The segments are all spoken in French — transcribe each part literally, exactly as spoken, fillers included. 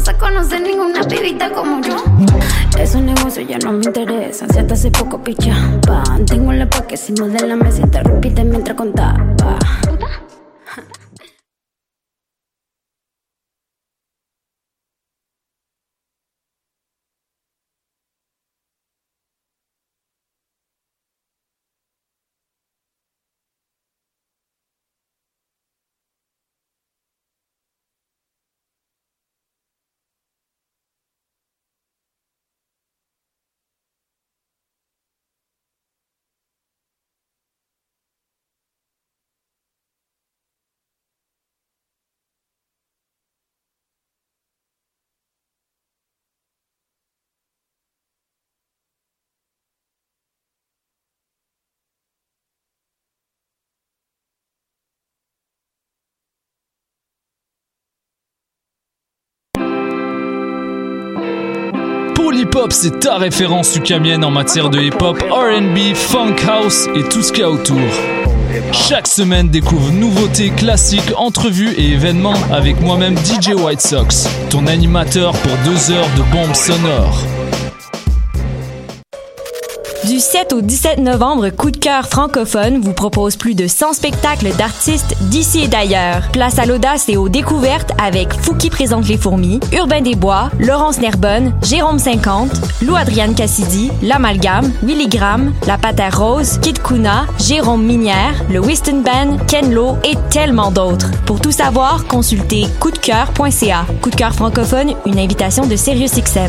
vas a conocer ninguna pibita como yo. Esos negocios ya no me interesan, si hasta hace poco pichaban. Tengo la pa' que si no de la mesa te repite mientras contaba. Polypop, c'est ta référence sucamienne en matière de hip-hop, R and B, funk house et tout ce qu'il y a autour. Chaque semaine, découvre nouveautés, classiques, entrevues et événements avec moi-même D J White Sox, ton animateur pour deux heures de bombes sonores. Du sept au dix-sept novembre, Coup de cœur francophone vous propose plus de cent spectacles d'artistes d'ici et d'ailleurs. Place à l'audace et aux découvertes avec Fouki présente les fourmis, Urbain Desbois, Laurence Nerbonne, Jérôme cinquante, Lou Adrienne Cassidy, L'Amalgame, Willy Graham, La Patère Rose, Kid Kuna, Jérôme Minière, le Whiston Band, Ken Lo et tellement d'autres. Pour tout savoir, consultez coup de cœur point c a. Coup de cœur francophone, une invitation de SiriusXM.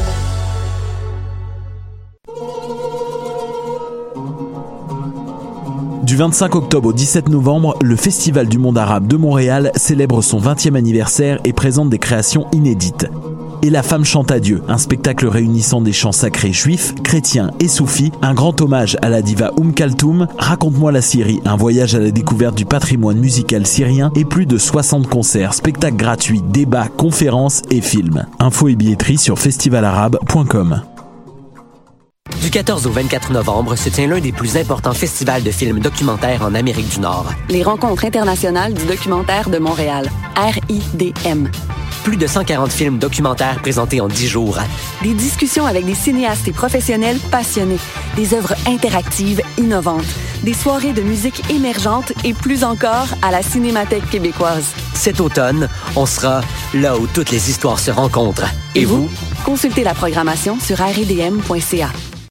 Du vingt-cinq octobre au dix-sept novembre, le Festival du monde arabe de Montréal célèbre son vingtième anniversaire et présente des créations inédites. Et la femme chante à Dieu, un spectacle réunissant des chants sacrés juifs, chrétiens et soufis, un grand hommage à la diva Oum Kalthoum, Raconte-moi la Syrie, un voyage à la découverte du patrimoine musical syrien et plus de soixante concerts, spectacles gratuits, débats, conférences et films. Infos et billetterie sur festival arabe point com. Du quatorze au vingt-quatre novembre se tient l'un des plus importants festivals de films documentaires en Amérique du Nord. Les Rencontres internationales du documentaire de Montréal, R I D M. Plus de cent quarante films documentaires présentés en dix jours. Des discussions avec des cinéastes et professionnels passionnés. Des œuvres interactives innovantes. Des soirées de musique émergente et plus encore à la Cinémathèque québécoise. Cet automne, on sera là où toutes les histoires se rencontrent. Et, et vous? Consultez la programmation sur r i d m point c a.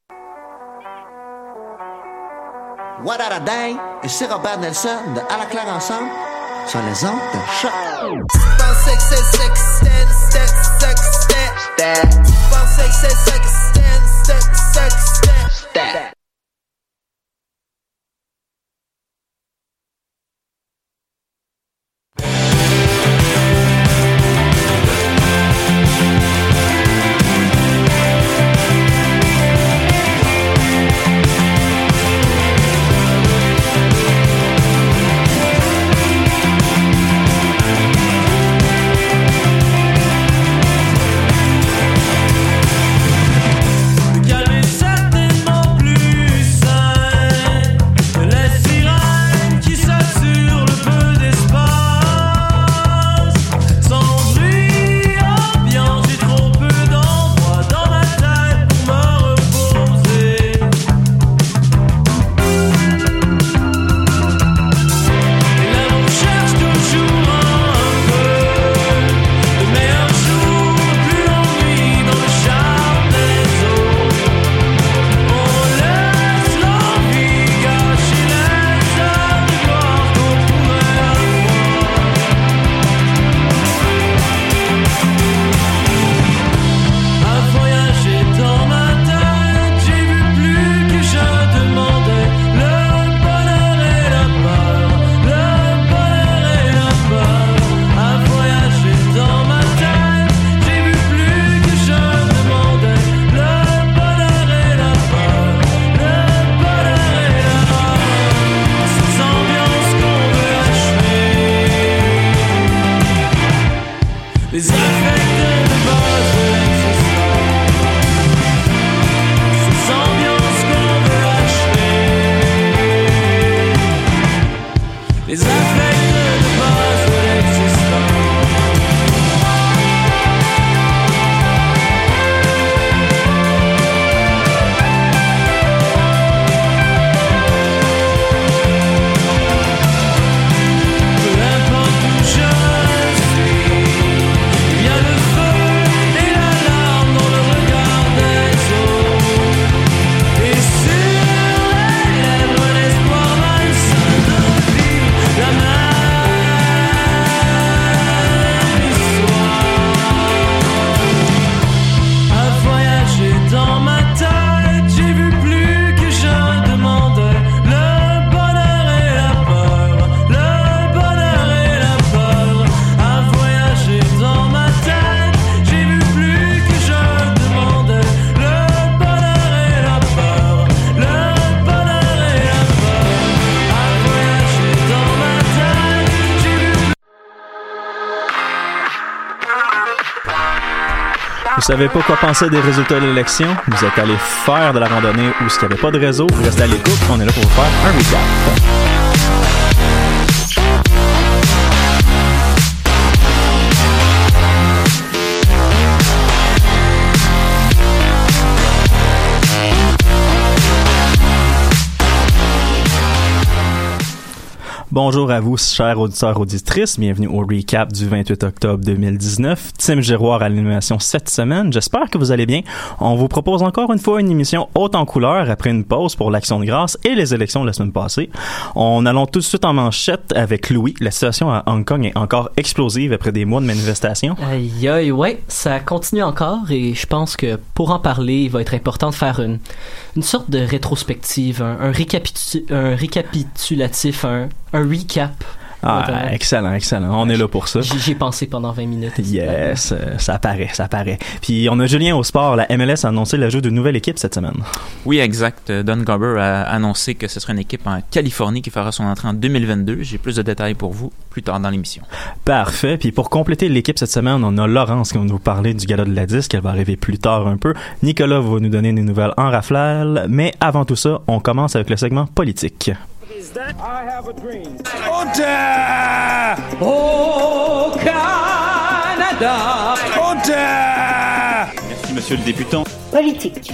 What a day, et c'est Robert Nelson de À la claire ensemble sur les ondes de choc. Vous savez pas quoi penser des résultats de l'élection? Vous êtes allé faire de la randonnée où il n'y avait pas de réseau? Restez à l'écoute, on est là pour vous faire un recap. Bonjour à vous, chers auditeurs auditrices. Bienvenue au recap du vingt-huit octobre deux mille dix-neuf. Tim Giroir à l'animation cette semaine. J'espère que vous allez bien. On vous propose encore une fois une émission haute en couleurs après une pause pour l'Action de grâce et les élections de la semaine passée. On allons tout de suite en manchette avec Louis. La situation à Hong Kong est encore explosive après des mois de manifestations. Aïe aïe, ouais, ça continue encore et je pense que pour en parler, il va être important de faire une, une sorte de rétrospective, un, un, récapitu- un récapitulatif, un un recap. Ah, excellent, excellent. On est là pour ça. J'ai pensé pendant vingt minutes. Yes, euh, ça paraît, ça paraît. Puis on a Julien au sport. La M L S a annoncé l'ajout d'une nouvelle équipe cette semaine. Oui, exact. Don Garber a annoncé que ce sera une équipe en Californie qui fera son entrée en deux mille vingt-deux. J'ai plus de détails pour vous plus tard dans l'émission. Parfait. Puis pour compléter l'équipe cette semaine, on a Laurence qui va nous parler du gala de la disque. Elle va arriver plus tard un peu. Nicolas va nous donner des nouvelles en rafale. Mais avant tout ça, on commence avec le segment politique. I have a dream. Order! Oh, Canada! Order! Merci, monsieur le députant. Politique.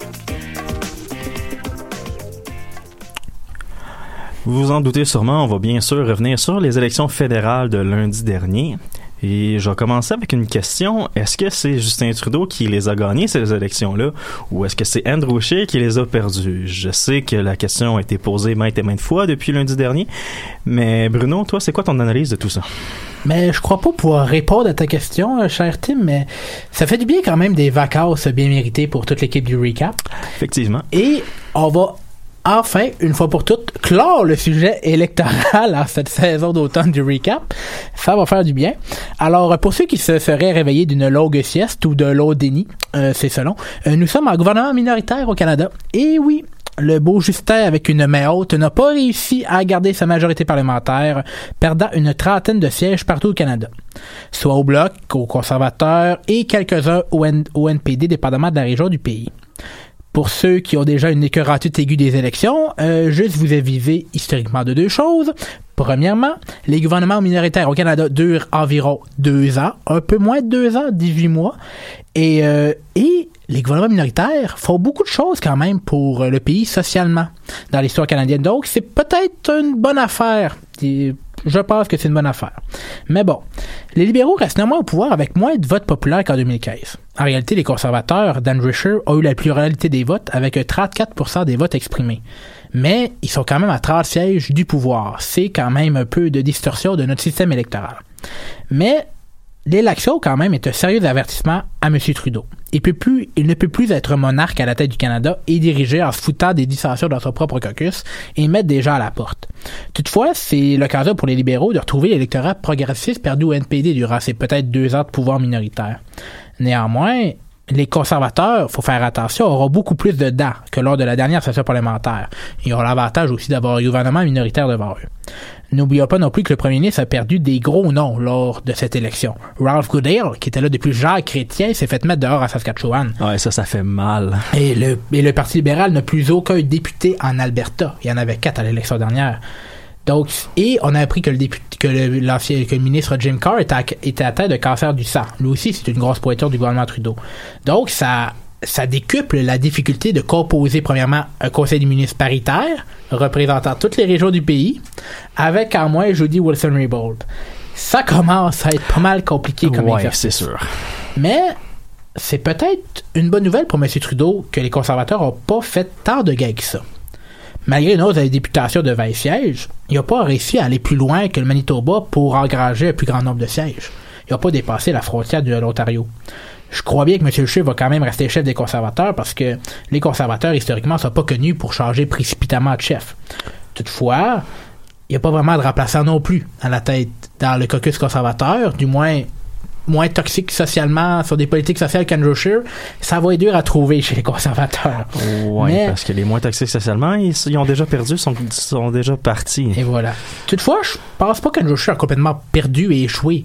Vous vous en doutez sûrement, on va bien sûr revenir sur les élections fédérales de lundi dernier. Et je vais commencer avec une question. Est-ce que c'est Justin Trudeau qui les a gagnées, ces élections-là, ou est-ce que c'est Andrew Scheer qui les a perdues? Je sais que la question a été posée maintes et maintes fois depuis lundi dernier, mais Bruno, toi, c'est quoi ton analyse de tout ça? Mais je crois pas pouvoir répondre à ta question, cher Tim, mais ça fait du bien quand même des vacances bien méritées pour toute l'équipe du recap. Effectivement. Et on va enfin, une fois pour toutes, clore le sujet électoral à cette saison d'automne du recap. Ça va faire du bien. Alors, pour ceux qui se seraient réveillés d'une longue sieste ou de long déni, euh, c'est selon, euh, nous sommes en gouvernement minoritaire au Canada. Et oui, le beau Justin, avec une main haute, n'a pas réussi à garder sa majorité parlementaire, perdant une trentaine de sièges partout au Canada. Soit au Bloc, aux conservateurs et quelques-uns au, N- au N P D, dépendamment de la région du pays. Pour ceux qui ont déjà une écœurantite aiguë des élections, euh, juste vous aviser historiquement de deux choses. Premièrement, les gouvernements minoritaires au Canada durent environ deux ans, un peu moins de deux ans, dix-huit mois. Et, euh, et les gouvernements minoritaires font beaucoup de choses quand même pour le pays socialement dans l'histoire canadienne. Donc, c'est peut-être une bonne affaire. Et je pense que c'est une bonne affaire. Mais bon, les libéraux restent néanmoins au pouvoir avec moins de votes populaires qu'en deux mille quinze. En réalité, les conservateurs d'Andrew Scheer ont eu la pluralité des votes avec trente-quatre pour cent des votes exprimés. Mais ils sont quand même à trente sièges du pouvoir. C'est quand même un peu de distorsion de notre système électoral. Mais l'élection, quand même, est un sérieux avertissement à M. Trudeau. Il, peut plus, il ne peut plus être monarque à la tête du Canada et diriger en se foutant des dissensions dans son propre caucus et mettre des gens à la porte. Toutefois, c'est l'occasion pour les libéraux de retrouver l'électorat progressiste perdu au N P D durant ses peut-être deux ans de pouvoir minoritaire. Néanmoins, les conservateurs, faut faire attention, auront beaucoup plus de dents que lors de la dernière session parlementaire. Ils auront l'avantage aussi d'avoir un gouvernement minoritaire devant eux. N'oublions pas non plus que le premier ministre a perdu des gros noms lors de cette élection. Ralph Goodale, qui était là depuis Jacques Chrétien, s'est fait mettre dehors à Saskatchewan. Ouais, ça, ça fait mal. Et le, et le Parti libéral n'a plus aucun député en Alberta. Il y en avait quatre à l'élection dernière. Donc, et on a appris que le député, que le, l'ancien, que le ministre Jim Carr était, à, était atteint de cancer du sang. Lui aussi, c'est une grosse pointure du gouvernement Trudeau. Donc, ça, ça décuple la difficulté de composer, premièrement, un conseil des ministres paritaire, représentant toutes les régions du pays, avec en moins Jody Wilson-Raybould. Ça commence à être pas mal compliqué comme ouais, exercice. c'est sûr. Mais c'est peut-être une bonne nouvelle pour M. Trudeau que les conservateurs n'ont pas fait tant de gains que ça. Malgré une hausse de la députation de vingt sièges, il n'a pas réussi à aller plus loin que le Manitoba pour engranger un plus grand nombre de sièges. Il n'a pas dépassé la frontière de l'Ontario. Je crois bien que M. Scheer va quand même rester chef des conservateurs parce que les conservateurs, historiquement, ne sont pas connus pour changer précipitamment de chef. Toutefois, il n'y a pas vraiment de remplaçant non plus à la tête dans le caucus conservateur, du moins moins toxique socialement sur des politiques sociales qu'Andrew Scheer, ça va être dur à trouver chez les conservateurs. Oui, Mais, parce que les moins toxiques socialement, ils, ils ont déjà perdu, sont, sont déjà partis. Et voilà. Toutefois, je pense pas qu'Andrew Scheer a complètement perdu et échoué.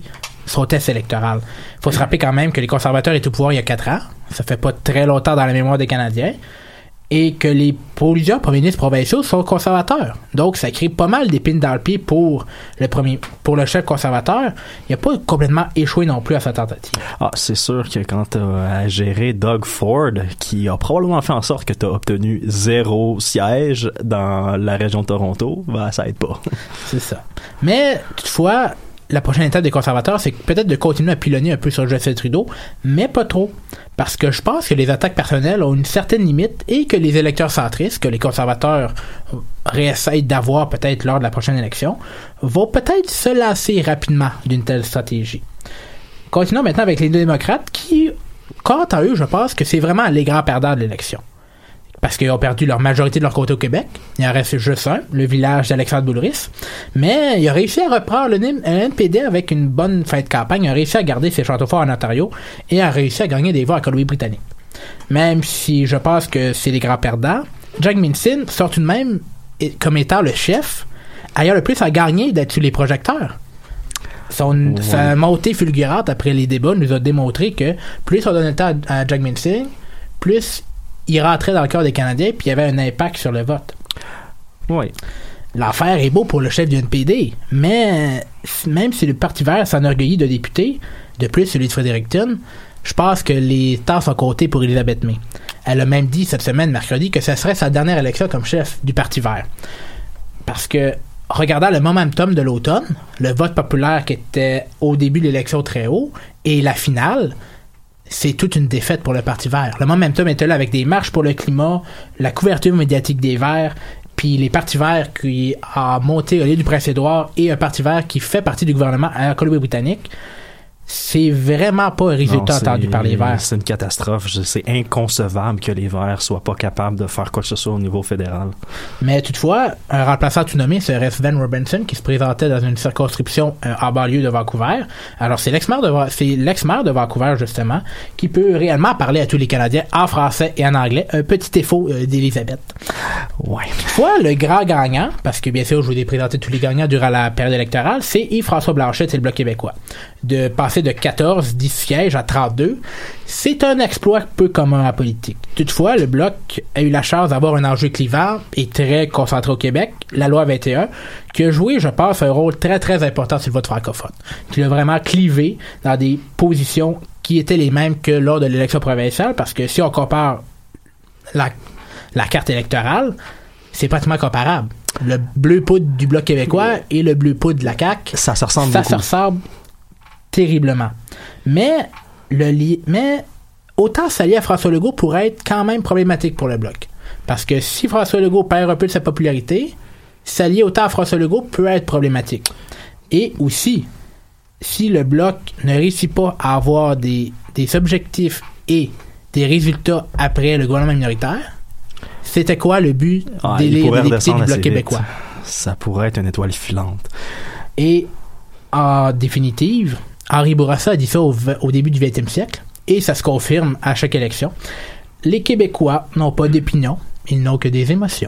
son test électoral. Il faut se rappeler quand même que les conservateurs étaient au pouvoir il y a quatre ans. Ça fait pas très longtemps dans la mémoire des Canadiens. Et que les plusieurs premiers ministres provinciaux sont conservateurs. Donc, ça crée pas mal d'épines dans le pied pour le premier, pour le chef conservateur. Il n'a pas complètement échoué non plus à sa tentative. Ah, c'est sûr que quand tu as à gérer Doug Ford, qui a probablement fait en sorte que tu as obtenu zéro siège dans la région de Toronto, ben, ça aide pas. C'est ça. Mais, toutefois, la prochaine étape des conservateurs, c'est peut-être de continuer à pilonner un peu sur Justin Trudeau, mais pas trop. Parce que je pense que les attaques personnelles ont une certaine limite et que les électeurs centristes, que les conservateurs réessayent d'avoir peut-être lors de la prochaine élection, vont peut-être se lasser rapidement d'une telle stratégie. Continuons maintenant avec les démocrates qui, quant à eux, je pense que c'est vraiment les grands perdants de l'élection. Parce qu'ils ont perdu leur majorité de leur côté au Québec. Il en reste juste un, le village d'Alexandre Boulris. Mais il a réussi à reprendre le N P D avec une bonne fin de campagne. Il a réussi à garder ses châteaux forts en Ontario et a réussi à gagner des voix à Colombie-Britannique. Même si je pense que c'est les grands perdants, Jack Minson sort tout de même comme étant le chef, ayant le plus à gagner d'être sous les projecteurs. Son, ouais. Sa montée fulgurante après les débats nous a démontré que plus on donnait le temps à, à Jack Minson, plus il rentrait dans le cœur des Canadiens puis il y avait un impact sur le vote. Oui. L'affaire est beau pour le chef du N P D, mais même si le Parti vert s'enorgueillit de députés, de plus celui de Fredericton, je pense que les temps sont comptés pour Elisabeth May. Elle a même dit cette semaine, mercredi, que ce serait sa dernière élection comme chef du Parti vert. Parce que, regardant le momentum de l'automne, le vote populaire qui était au début de l'élection très haut, et la finale, c'est toute une défaite pour le Parti vert. Le momentum était là avec des marches pour le climat, la couverture médiatique des Verts, puis les partis verts qui a monté au lieu du Prince-Édouard et un parti vert qui fait partie du gouvernement à Colombie-Britannique. C'est vraiment pas un résultat non, attendu par les Verts. C'est une catastrophe. C'est inconcevable que les Verts soient pas capables de faire quoi que ce soit au niveau fédéral. Mais toutefois, un remplaçant tout nommé serait Sven Robinson qui se présentait dans une circonscription euh, en banlieue de Vancouver. Alors c'est l'ex-maire de, c'est l'ex-maire de Vancouver justement qui peut réellement parler à tous les Canadiens en français et en anglais. Un petit défaut euh, d'Elisabeth. Ouais. Toutefois, le grand gagnant, parce que bien sûr je vous ai présenté tous les gagnants durant la période électorale, c'est Yves-François Blanchet et le Bloc québécois. De passer de quatorze, dix sièges à trente-deux, c'est un exploit peu commun en politique. Toutefois, le Bloc a eu la chance d'avoir un enjeu clivant et très concentré au Québec, la loi vingt et un, qui a joué, je pense, un rôle très très important sur le vote francophone, qui l'a vraiment clivé dans des positions qui étaient les mêmes que lors de l'élection provinciale, parce que si on compare la, la carte électorale, c'est pratiquement comparable. Le bleu poudre du Bloc québécois et le bleu poudre de la C A Q, ça se ressemble ça beaucoup. se ressemble terriblement. Mais, le li- mais autant s'allier à François Legault pourrait être quand même problématique pour le Bloc. Parce que si François Legault perd un peu de sa popularité, s'allier autant à François Legault peut être problématique. Et aussi, si le Bloc ne réussit pas à avoir des, des objectifs et des résultats après le gouvernement minoritaire, c'était quoi le but ah, d'élire des députés du Bloc québécois? Ça pourrait être une étoile filante. Et en définitive, Henri Bourassa a dit ça au, au début du vingtième siècle, et ça se confirme à chaque élection. Les Québécois n'ont pas d'opinion, ils n'ont que des émotions.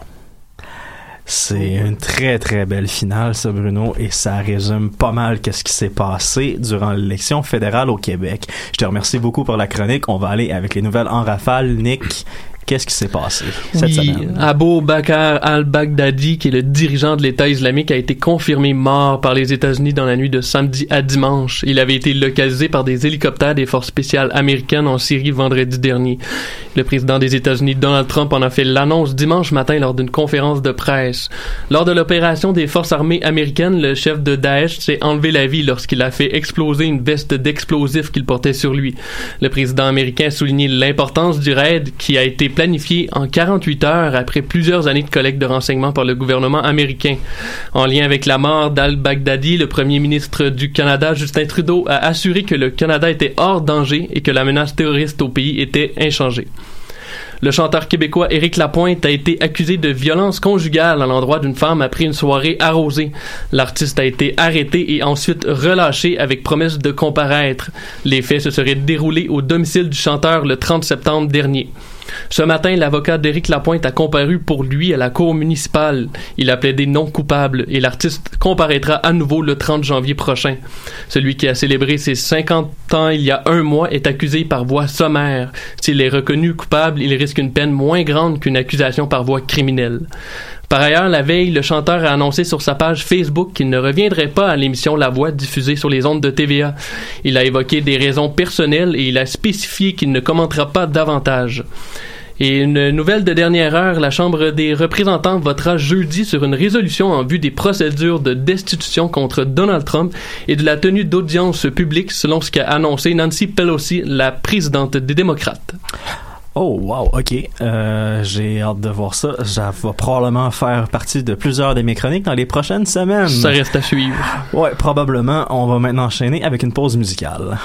C'est une très très belle finale, ça, Bruno, et ça résume pas mal qu'est-ce qui s'est passé durant l'élection fédérale au Québec. Je te remercie beaucoup pour la chronique. On va aller avec les nouvelles en rafale. Nick, qu'est-ce qui s'est passé cette oui, semaine? Abu Bakr al-Baghdadi, qui est le dirigeant de l'État islamique, a été confirmé mort par les États-Unis dans la nuit de samedi à dimanche. Il avait été localisé par des hélicoptères des forces spéciales américaines en Syrie vendredi dernier. Le président des États-Unis, Donald Trump, en a fait l'annonce dimanche matin lors d'une conférence de presse. Lors de l'opération des forces armées américaines, le chef de Daesh s'est enlevé la vie lorsqu'il a fait exploser une veste d'explosifs qu'il portait sur lui. Le président américain a souligné l'importance du raid qui a été planifié en quarante-huit heures après plusieurs années de collecte de renseignements par le gouvernement américain. En lien avec la mort d'al-Baghdadi, le premier ministre du Canada, Justin Trudeau, a assuré que le Canada était hors danger et que la menace terroriste au pays était inchangée. Le chanteur québécois Éric Lapointe a été accusé de violence conjugale à l'endroit d'une femme après une soirée arrosée. L'artiste a été arrêté et ensuite relâché avec promesse de comparaître. Les faits se seraient déroulés au domicile du chanteur le trente septembre dernier. Ce matin, l'avocat d'Éric Lapointe a comparu pour lui à la cour municipale. Il a plaidé non coupable et l'artiste comparaîtra à nouveau le trente janvier prochain. Celui qui a célébré ses cinquante ans il y a un mois est accusé par voie sommaire. S'il est reconnu coupable, il risque une peine moins grande qu'une accusation par voie criminelle. Par ailleurs, la veille, le chanteur a annoncé sur sa page Facebook qu'il ne reviendrait pas à l'émission La Voix diffusée sur les ondes de T V A. Il a évoqué des raisons personnelles et il a spécifié qu'il ne commentera pas davantage. Et une nouvelle de dernière heure, la Chambre des représentants votera jeudi sur une résolution en vue des procédures de destitution contre Donald Trump et de la tenue d'audience publique selon ce qu'a annoncé Nancy Pelosi, la présidente des démocrates. Oh, wow, ok. Euh, j'ai hâte de voir ça. Ça va probablement faire partie de plusieurs de mes chroniques dans les prochaines semaines. Ça reste à suivre. Ouais, probablement. On va maintenant enchaîner avec une pause musicale.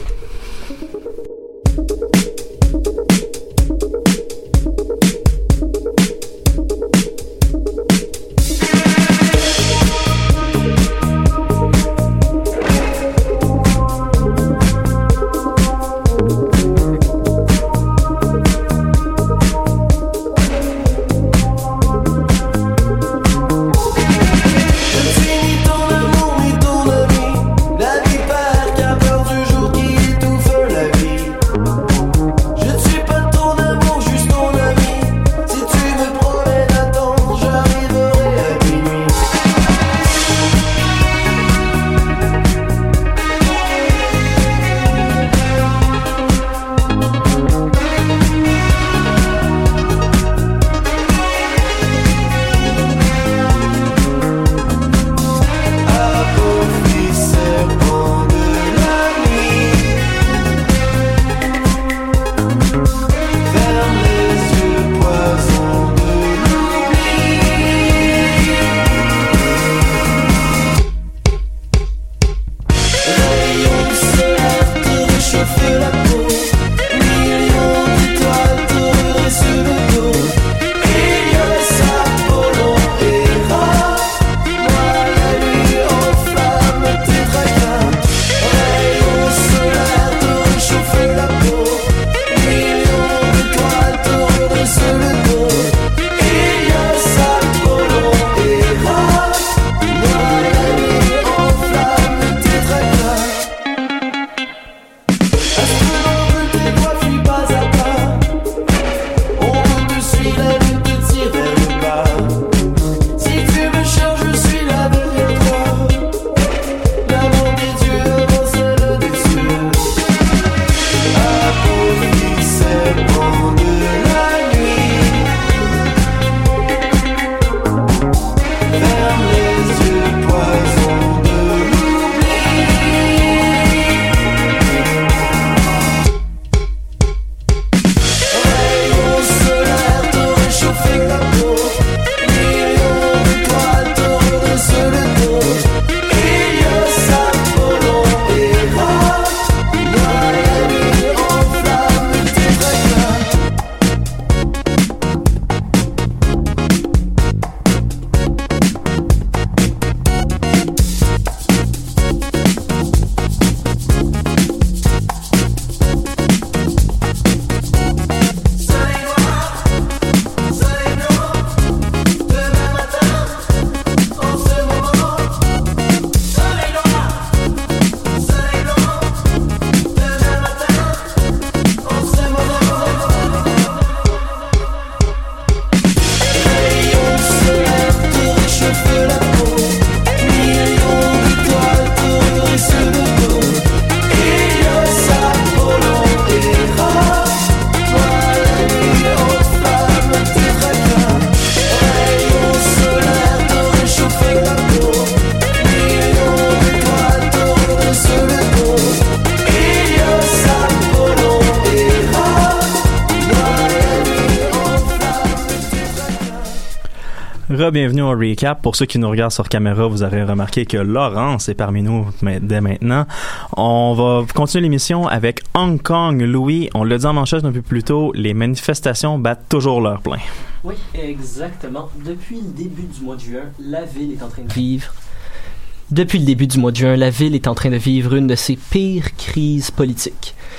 Re-bienvenue au recap. Pour ceux qui nous regardent sur caméra, vous aurez remarqué que Laurence est parmi nous dès maintenant. On va continuer l'émission avec Hong Kong. Louis, on l'a dit en manchette un peu plus tôt, les manifestations battent toujours leur plein. Oui, exactement. Depuis le début du mois de juin, la ville est en train de vivre... Depuis le début du mois de juin, la ville est en train de vivre une de ses pires crises politiques.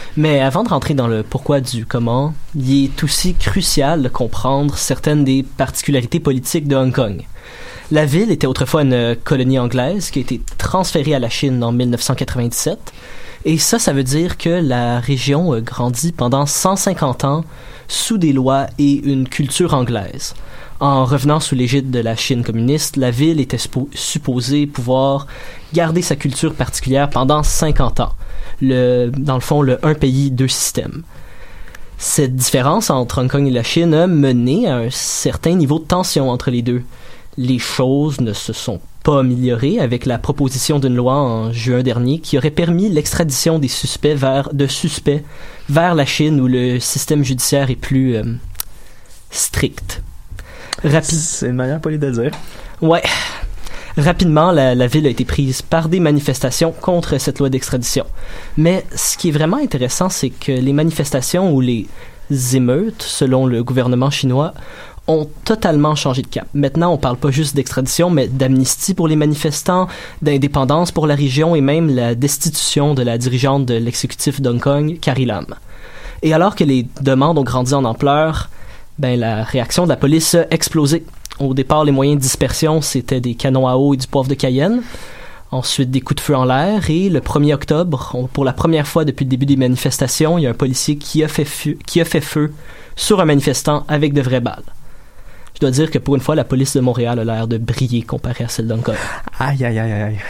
Mais avant de rentrer dans le pourquoi du comment, il est aussi crucial de comprendre certaines des particularités politiques de Hong Kong. La ville était autrefois une colonie anglaise qui a été transférée à la Chine en dix-neuf cent quatre-vingt-dix-sept. Et ça, ça veut dire que la région a grandi pendant cent cinquante ans sous des lois et une culture anglaise. En revenant sous l'égide de la Chine communiste, la ville était suppo- supposée pouvoir garder sa culture particulière pendant cinquante ans. Le, dans le fond, le un pays, deux systèmes. Cette différence entre Hong Kong et la Chine a mené à un certain niveau de tension entre les deux. Les choses ne se sont pas améliorées avec la proposition d'une loi en juin dernier qui aurait permis l'extradition des suspects vers, de suspects vers la Chine où le système judiciaire est plus euh, strict. Rapi- C'est une manière polie de dire. Ouais. Rapidement, la, la ville a été prise par des manifestations contre cette loi d'extradition. Mais ce qui est vraiment intéressant, c'est que les manifestations ou les émeutes, selon le gouvernement chinois, ont totalement changé de cap. Maintenant, on parle pas juste d'extradition, mais d'amnistie pour les manifestants, d'indépendance pour la région et même la destitution de la dirigeante de l'exécutif d'Hong Kong, Carrie Lam. Et alors que les demandes ont grandi en ampleur, ben la réaction de la police a explosé. Au départ, les moyens de dispersion, c'était des canons à eau et du poivre de Cayenne. Ensuite, des coups de feu en l'air. Et le premier octobre, on, pour la première fois depuis le début des manifestations, il y a un policier qui a fait feu, qui a fait feu sur un manifestant avec de vraies balles. Je dois dire que pour une fois, la police de Montréal a l'air de briller comparée à celle d'Hong Kong. Aïe, aïe, aïe, aïe.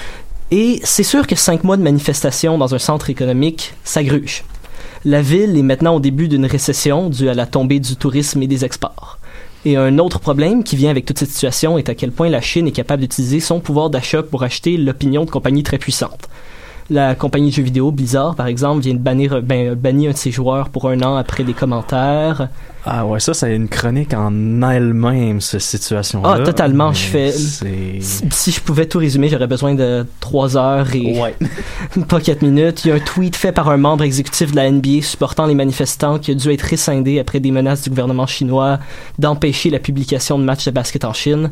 Et c'est sûr que cinq mois de manifestation dans un centre économique, ça gruge. La ville est maintenant au début d'une récession due à la tombée du tourisme et des exports. Et un autre problème qui vient avec toute cette situation est à quel point la Chine est capable d'utiliser son pouvoir d'achat pour acheter l'opinion de compagnies très puissantes. La compagnie de jeux vidéo Blizzard, par exemple, vient de bannir, ben, bannir un de ses joueurs pour un an après des commentaires. Ah ouais, ça, c'est une chronique en elle-même, cette situation-là. Ah, totalement. Je fais... C'est... Si je pouvais tout résumer, j'aurais besoin de trois heures et ouais. pas quatre minutes. Il y a un tweet fait par un membre exécutif de la N B A supportant les manifestants qui a dû être rescindé après des menaces du gouvernement chinois d'empêcher la publication de matchs de basket en Chine.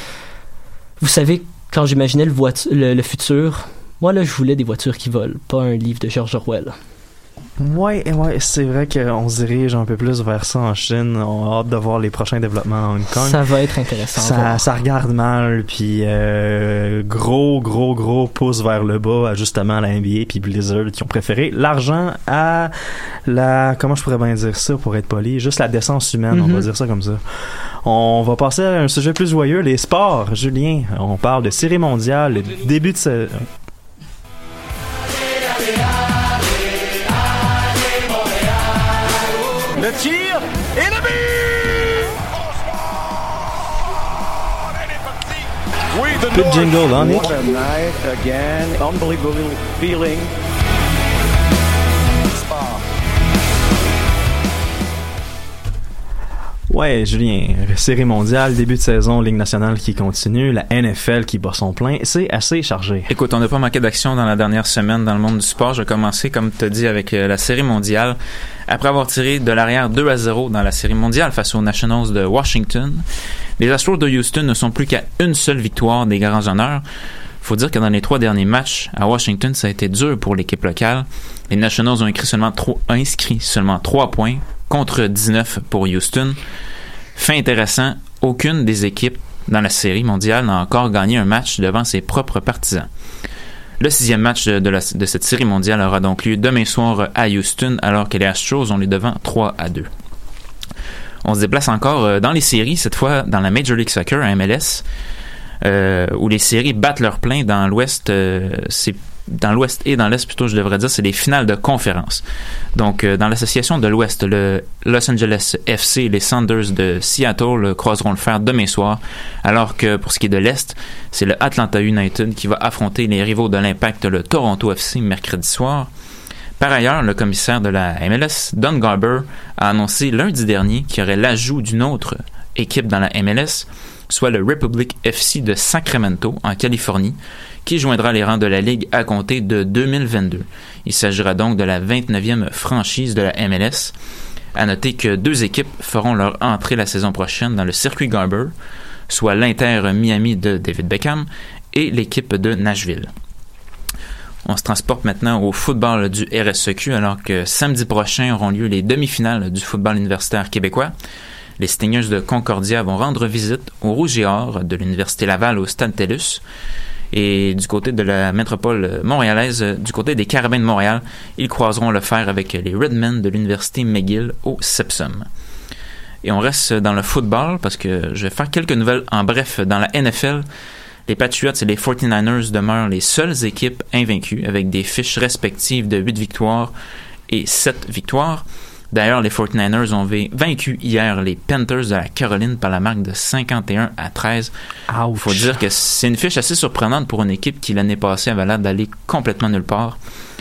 Vous savez, quand j'imaginais le, voiture, le, le futur, moi, là, je voulais des voitures qui volent, pas un livre de George Orwell. Ouais, ouais, c'est vrai qu'on se dirige un peu plus vers ça en Chine. On a hâte de voir les prochains développements à Hong Kong. Ça va être intéressant. Ça, ça regarde mal, puis euh, gros, gros, gros pouce vers le bas à justement la N B A puis Blizzard qui ont préféré l'argent à la, comment je pourrais bien dire ça pour être poli, juste la décence humaine, mm-hmm. on va dire ça comme ça. On va passer à un sujet plus joyeux, les sports. Julien, on parle de série mondiale, le début de ce... Le tir et le but! Oui, the Good jingle on it. What a night again. Unbelievable feeling. Ouais, Julien, série mondiale, début de saison, Ligue nationale qui continue, la N F L qui bat son plein, c'est assez chargé. Écoute, on n'a pas manqué d'action dans la dernière semaine dans le monde du sport. Je vais commencer, comme tu as dit, avec euh, la série mondiale. Après avoir tiré de l'arrière deux à zéro dans la série mondiale face aux Nationals de Washington, les Astros de Houston ne sont plus qu'à une seule victoire des grands honneurs. Faut dire que dans les trois derniers matchs à Washington, ça a été dur pour l'équipe locale. Les Nationals ont inscrit seulement, trois, inscrit seulement trois points contre dix-neuf pour Houston. Fait intéressant, aucune des équipes dans la série mondiale n'a encore gagné un match devant ses propres partisans. Le sixième match de, de, la, de cette série mondiale aura donc lieu demain soir à Houston, alors que les Astros ont les devant trois à deux. On se déplace encore dans les séries, cette fois dans la Major League Soccer, à M L S, euh, où les séries battent leur plein dans l'Ouest. Euh, c'est dans l'Ouest et dans l'Est, plutôt, je devrais dire, c'est les finales de conférence. Donc, euh, dans l'association de l'Ouest, le Los Angeles F C et les Sounders de Seattle croiseront le fer demain soir, alors que pour ce qui est de l'Est, c'est le Atlanta United qui va affronter les rivaux de l'Impact, le Toronto F C, mercredi soir. Par ailleurs, le commissaire de la M L S, Don Garber, a annoncé lundi dernier qu'il y aurait l'ajout d'une autre équipe dans la M L S, soit le Republic F C de Sacramento, en Californie, qui joindra les rangs de la Ligue à compter de deux mille vingt-deux. Il s'agira donc de la vingt-neuvième franchise de la M L S. À noter que deux équipes feront leur entrée la saison prochaine dans le circuit Garber, soit l'Inter Miami de David Beckham et l'équipe de Nashville. On se transporte maintenant au football du R S E Q alors que samedi prochain auront lieu les demi-finales du football universitaire québécois. Les Stingers de Concordia vont rendre visite au Rouge et Or de l'Université Laval au Stade TELUS. Et du côté de la métropole montréalaise, du côté des Carabins de Montréal, ils croiseront le fer avec les Redmen de l'Université McGill au Sepsum. Et on reste dans le football parce que je vais faire quelques nouvelles en bref. Dans la N F L, les Patriots et les forty-niners demeurent les seules équipes invaincues avec des fiches respectives de huit victoires et sept victoires. D'ailleurs, les forty-niners ont vaincu hier les Panthers de la Caroline par la marque de cinquante et un à treize. Il faut dire que c'est une fiche assez surprenante pour une équipe qui l'année passée avait l'air d'aller complètement nulle part.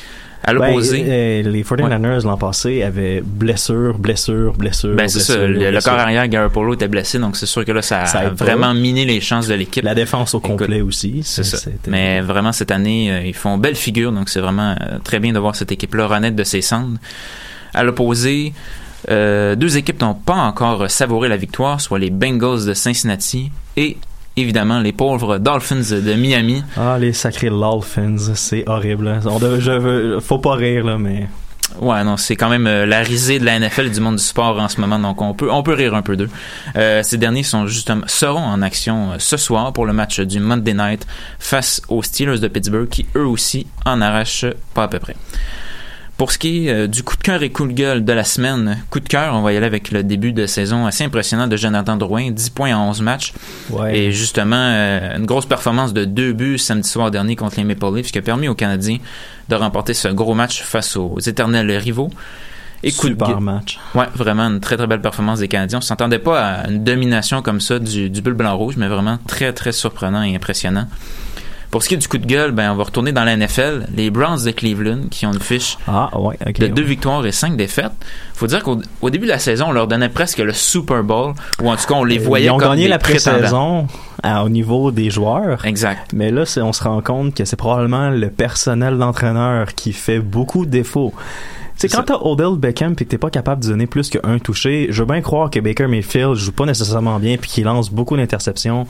À l'opposé, ben, euh, les forty-niners ouais. l'an passé avaient blessure, blessure, blessure. Ben c'est blessure, ça. Le, blessure. le corps arrière, Garoppolo était blessé, donc c'est sûr que là, ça, ça a vraiment pas. miné les chances de l'équipe. La défense au Écoute, complet aussi. C'est ça. C'était... Mais vraiment, cette année, euh, ils font belle figure, donc c'est vraiment euh, très bien de voir cette équipe-là renaître de ses cendres. À l'opposé, euh, deux équipes n'ont pas encore savouré la victoire, soit les Bengals de Cincinnati et évidemment les pauvres Dolphins de Miami. Ah, les sacrés Dolphins, c'est horrible. On devait, je veux, faut pas rire là, mais. Ouais, non, c'est quand même euh, la risée de la N F L du monde du sport en ce moment, donc on peut on peut rire un peu d'eux. Euh, ces derniers sont justement seront en action euh, ce soir pour le match du Monday Night face aux Steelers de Pittsburgh, qui eux aussi en arrachent pas à peu près. Pour ce qui est euh, du coup de cœur et coup de gueule de la semaine, coup de cœur, on va y aller avec le début de saison assez impressionnant de Jonathan Drouin, dix points en onze matchs. Ouais. Et justement, euh, une grosse performance de deux buts samedi soir dernier contre les Maple Leafs qui a permis aux Canadiens de remporter ce gros match face aux éternels rivaux. Et coup Super de gu- match. Ouais, vraiment une très très belle performance des Canadiens. On s'attendait pas à une domination comme ça du, du bulle blanc-rouge, mais vraiment très très surprenant et impressionnant. Pour ce qui est du coup de gueule, ben on va retourner dans la N F L. Les Browns de Cleveland qui ont une fiche ah, ouais, okay, de deux ouais. victoires et cinq défaites. Faut dire qu'au au début de la saison, on leur donnait presque le Super Bowl, ou en tout cas on les voyait comme des Ils ont gagné la pré-saison à, au niveau des joueurs. Exact. Mais là, c'est, on se rend compte que c'est probablement le personnel d'entraîneur qui fait beaucoup de défauts. Tu sais, quand t'as Odell Beckham pis que t'es pas capable de donner plus qu'un touché, je veux bien croire que Baker Mayfield joue pas nécessairement bien puis qu'il lance beaucoup d'interceptions.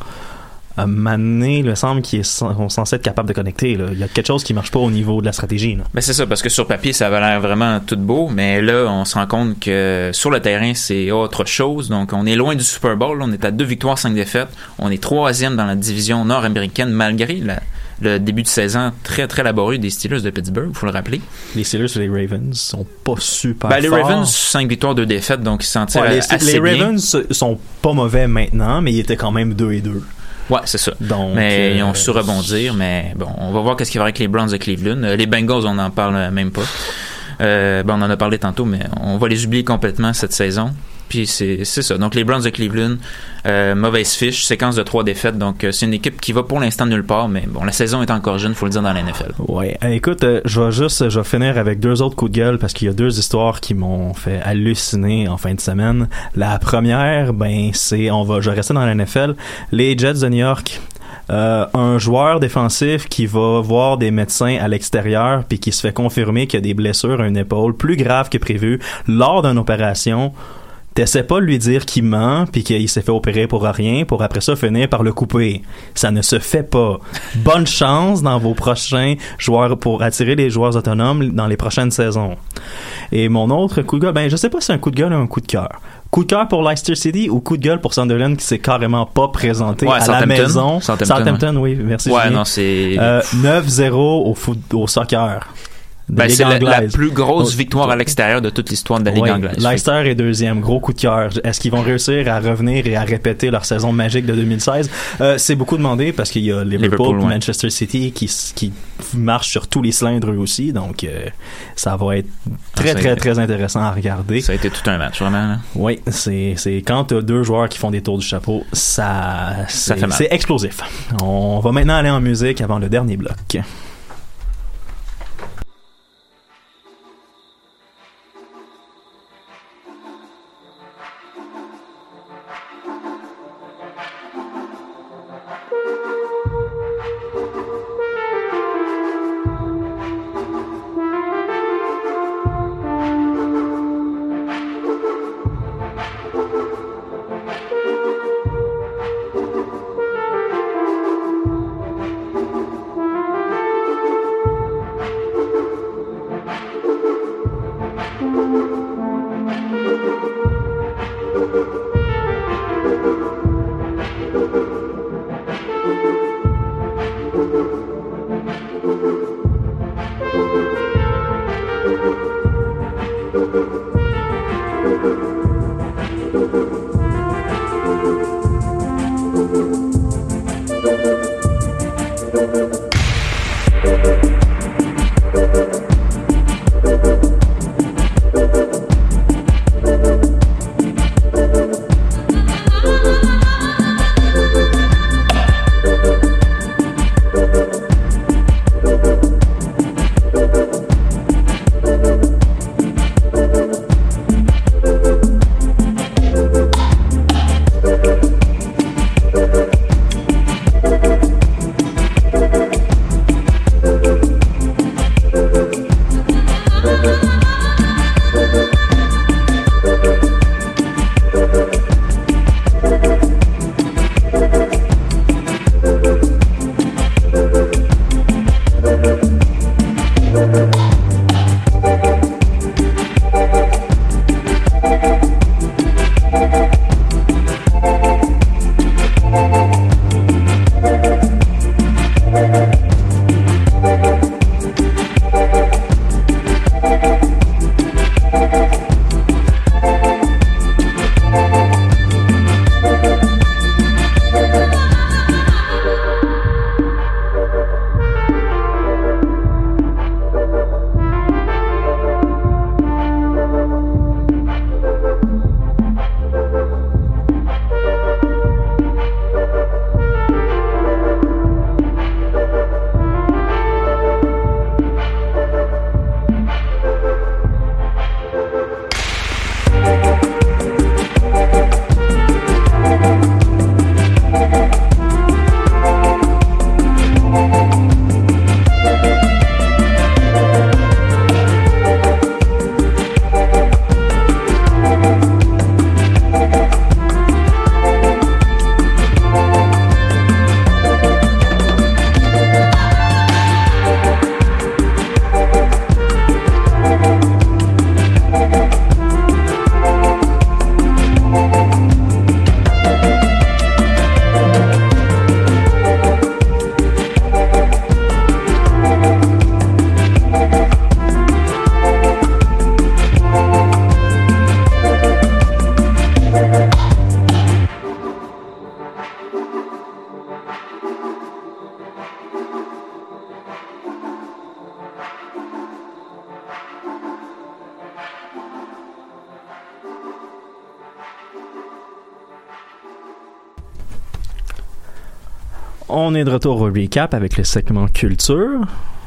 À Mané, il me semble qu'ils sont censés être capables de connecter. Là. Il y a quelque chose qui marche pas au niveau de la stratégie. Là. Ben c'est ça, parce que sur papier, ça avait l'air vraiment tout beau, mais là, on se rend compte que sur le terrain, c'est autre chose. Donc, on est loin du Super Bowl. On est à deux victoires, cinq défaites. On est troisième dans la division nord-américaine, malgré la, le début de saison très, très laborieux des Steelers de Pittsburgh, il faut le rappeler. Les Steelers et les Ravens sont pas super ben, les forts. Les Ravens, cinq victoires, deux défaites, donc ils s'en tirent ouais, les, assez les bien. Les Ravens sont pas mauvais maintenant, mais ils étaient quand même deux et deux. Ouais, c'est ça. Donc, mais euh, ils ont su rebondir, mais bon, on va voir qu'est-ce qu'il va y avoir avec les Browns de Cleveland. Euh, les Bengals, on n'en parle même pas. Euh, bon, on en a parlé tantôt, mais on va les oublier complètement cette saison. Puis c'est, c'est ça. Donc les Browns de Cleveland, euh, mauvaise fiche, séquence de trois défaites. Donc euh, c'est une équipe qui va pour l'instant nulle part, mais bon, la saison est encore jeune, faut le dire, dans la N F L. Ouais. Euh, écoute, euh, je vais juste, je vais finir avec deux autres coups de gueule parce qu'il y a deux histoires qui m'ont fait halluciner en fin de semaine. La première, ben c'est, on va, je vais rester dans la N F L, les Jets de New York. Euh, un joueur défensif qui va voir des médecins à l'extérieur puis qui se fait confirmer qu'il y a des blessures à une épaule plus graves que prévu lors d'une opération. T'essaies pas de lui dire qu'il ment puis qu'il s'est fait opérer pour rien pour après ça finir par le couper. Ça ne se fait pas. Bonne chance dans vos prochains joueurs pour attirer les joueurs autonomes dans les prochaines saisons. Et mon autre coup de gueule, ben je sais pas si c'est un coup de gueule ou un coup de cœur. Coup de cœur pour Leicester City ou coup de gueule pour Sunderland qui s'est carrément pas présenté ouais, à Southampton. la maison. Southampton, Southampton ouais. oui, merci. Ouais, Julien. non, c'est euh, neuf zéro au foot au soccer. Ben, c'est la, la plus grosse victoire à l'extérieur de toute l'histoire de la Ligue oui, anglaise. Leicester est deuxième, gros coup de cœur. Est-ce qu'ils vont réussir à revenir et à répéter leur saison magique de deux mille seize? Euh, c'est beaucoup demandé parce qu'il y a Liverpool, Liverpool ouais. Manchester City qui, qui marchent sur tous les cylindres eux aussi, donc euh, ça va être très ah, très été, très intéressant à regarder. Ça a été tout un match, vraiment. Là. Oui, c'est, c'est quand t'as deux joueurs qui font des tours du chapeau, ça, c'est, ça fait mal. C'est explosif. On va maintenant aller en musique avant le dernier bloc. On est de retour au recap avec le segment culture.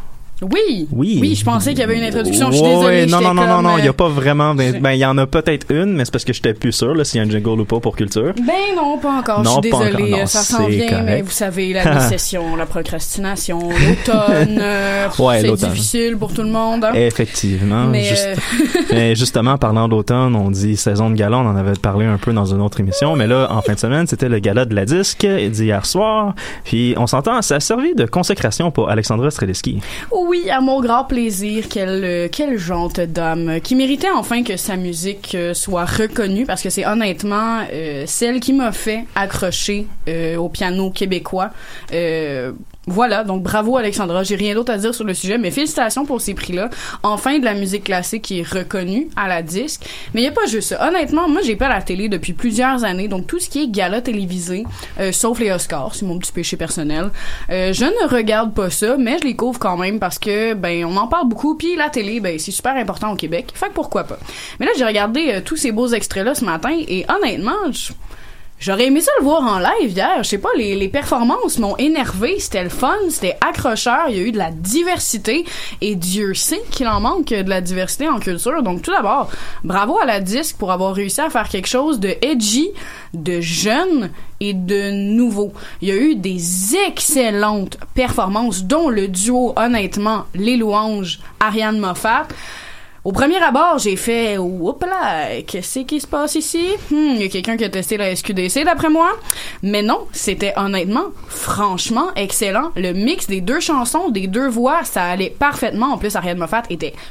Oui. Oui. Oui, je pensais qu'il y avait une introduction. Je suis ouais, désolée. Non, non, non, comme, non, non, il n'y a euh, pas vraiment. Ben, ben, il y en a peut-être une, mais c'est parce que j'étais plus sûr là, s'il y a un jingle ou pas pour culture. Ben non, pas encore. Non, je suis pas désolée. encore. Non, ça s'en c'est vient, correct. mais vous savez, la mi-session, la procrastination, l'automne. Euh, ouais, c'est l'automne. difficile pour tout le monde. Hein? Effectivement. Mais, Juste, euh... mais justement, parlant d'automne, on dit saison de gala, on en avait parlé un peu dans une autre émission, mais là, en fin de semaine, c'était le gala de la disque d'hier soir. Puis on s'entend, ça a servi de consécration pour Alexandra Streliski. Oui, à mon grand plaisir. Quelle, euh, quelle jante dame qui méritait enfin que sa musique euh, soit reconnue parce que c'est honnêtement euh, celle qui m'a fait accrocher euh, au piano québécois. Euh, Voilà, donc bravo Alexandra, j'ai rien d'autre à dire sur le sujet, mais félicitations pour ces prix-là. Enfin de la musique classique qui est reconnue à la disque. Mais il y a pas juste ça. Honnêtement, moi j'ai pas la télé depuis plusieurs années, donc tout ce qui est gala télévisé, euh, sauf les Oscars, c'est mon petit péché personnel. Euh, je ne regarde pas ça, mais je les couvre quand même parce que ben on en parle beaucoup, puis la télé, ben c'est super important au Québec. Fait que pourquoi pas. Mais là j'ai regardé euh, tous ces beaux extraits-là ce matin et honnêtement, je... J'aurais aimé ça le voir en live hier. Je sais pas, les, les performances m'ont énervé. C'était le fun, c'était accrocheur. Il y a eu de la diversité. Et Dieu sait qu'il en manque de la diversité en culture. Donc tout d'abord, bravo à la disque pour avoir réussi à faire quelque chose de edgy, de jeune et de nouveau. Il y a eu des excellentes performances, dont le duo, honnêtement, Les Louanges, Ariane Moffat. Au premier abord, j'ai fait « Oups là, qu'est-ce qui se passe ici? Hmm, il y a quelqu'un qui a testé la S Q D C d'après moi. » Mais non, c'était honnêtement, franchement excellent. Le mix des deux chansons, des deux voix, ça allait parfaitement. En plus, Ariane Moffat était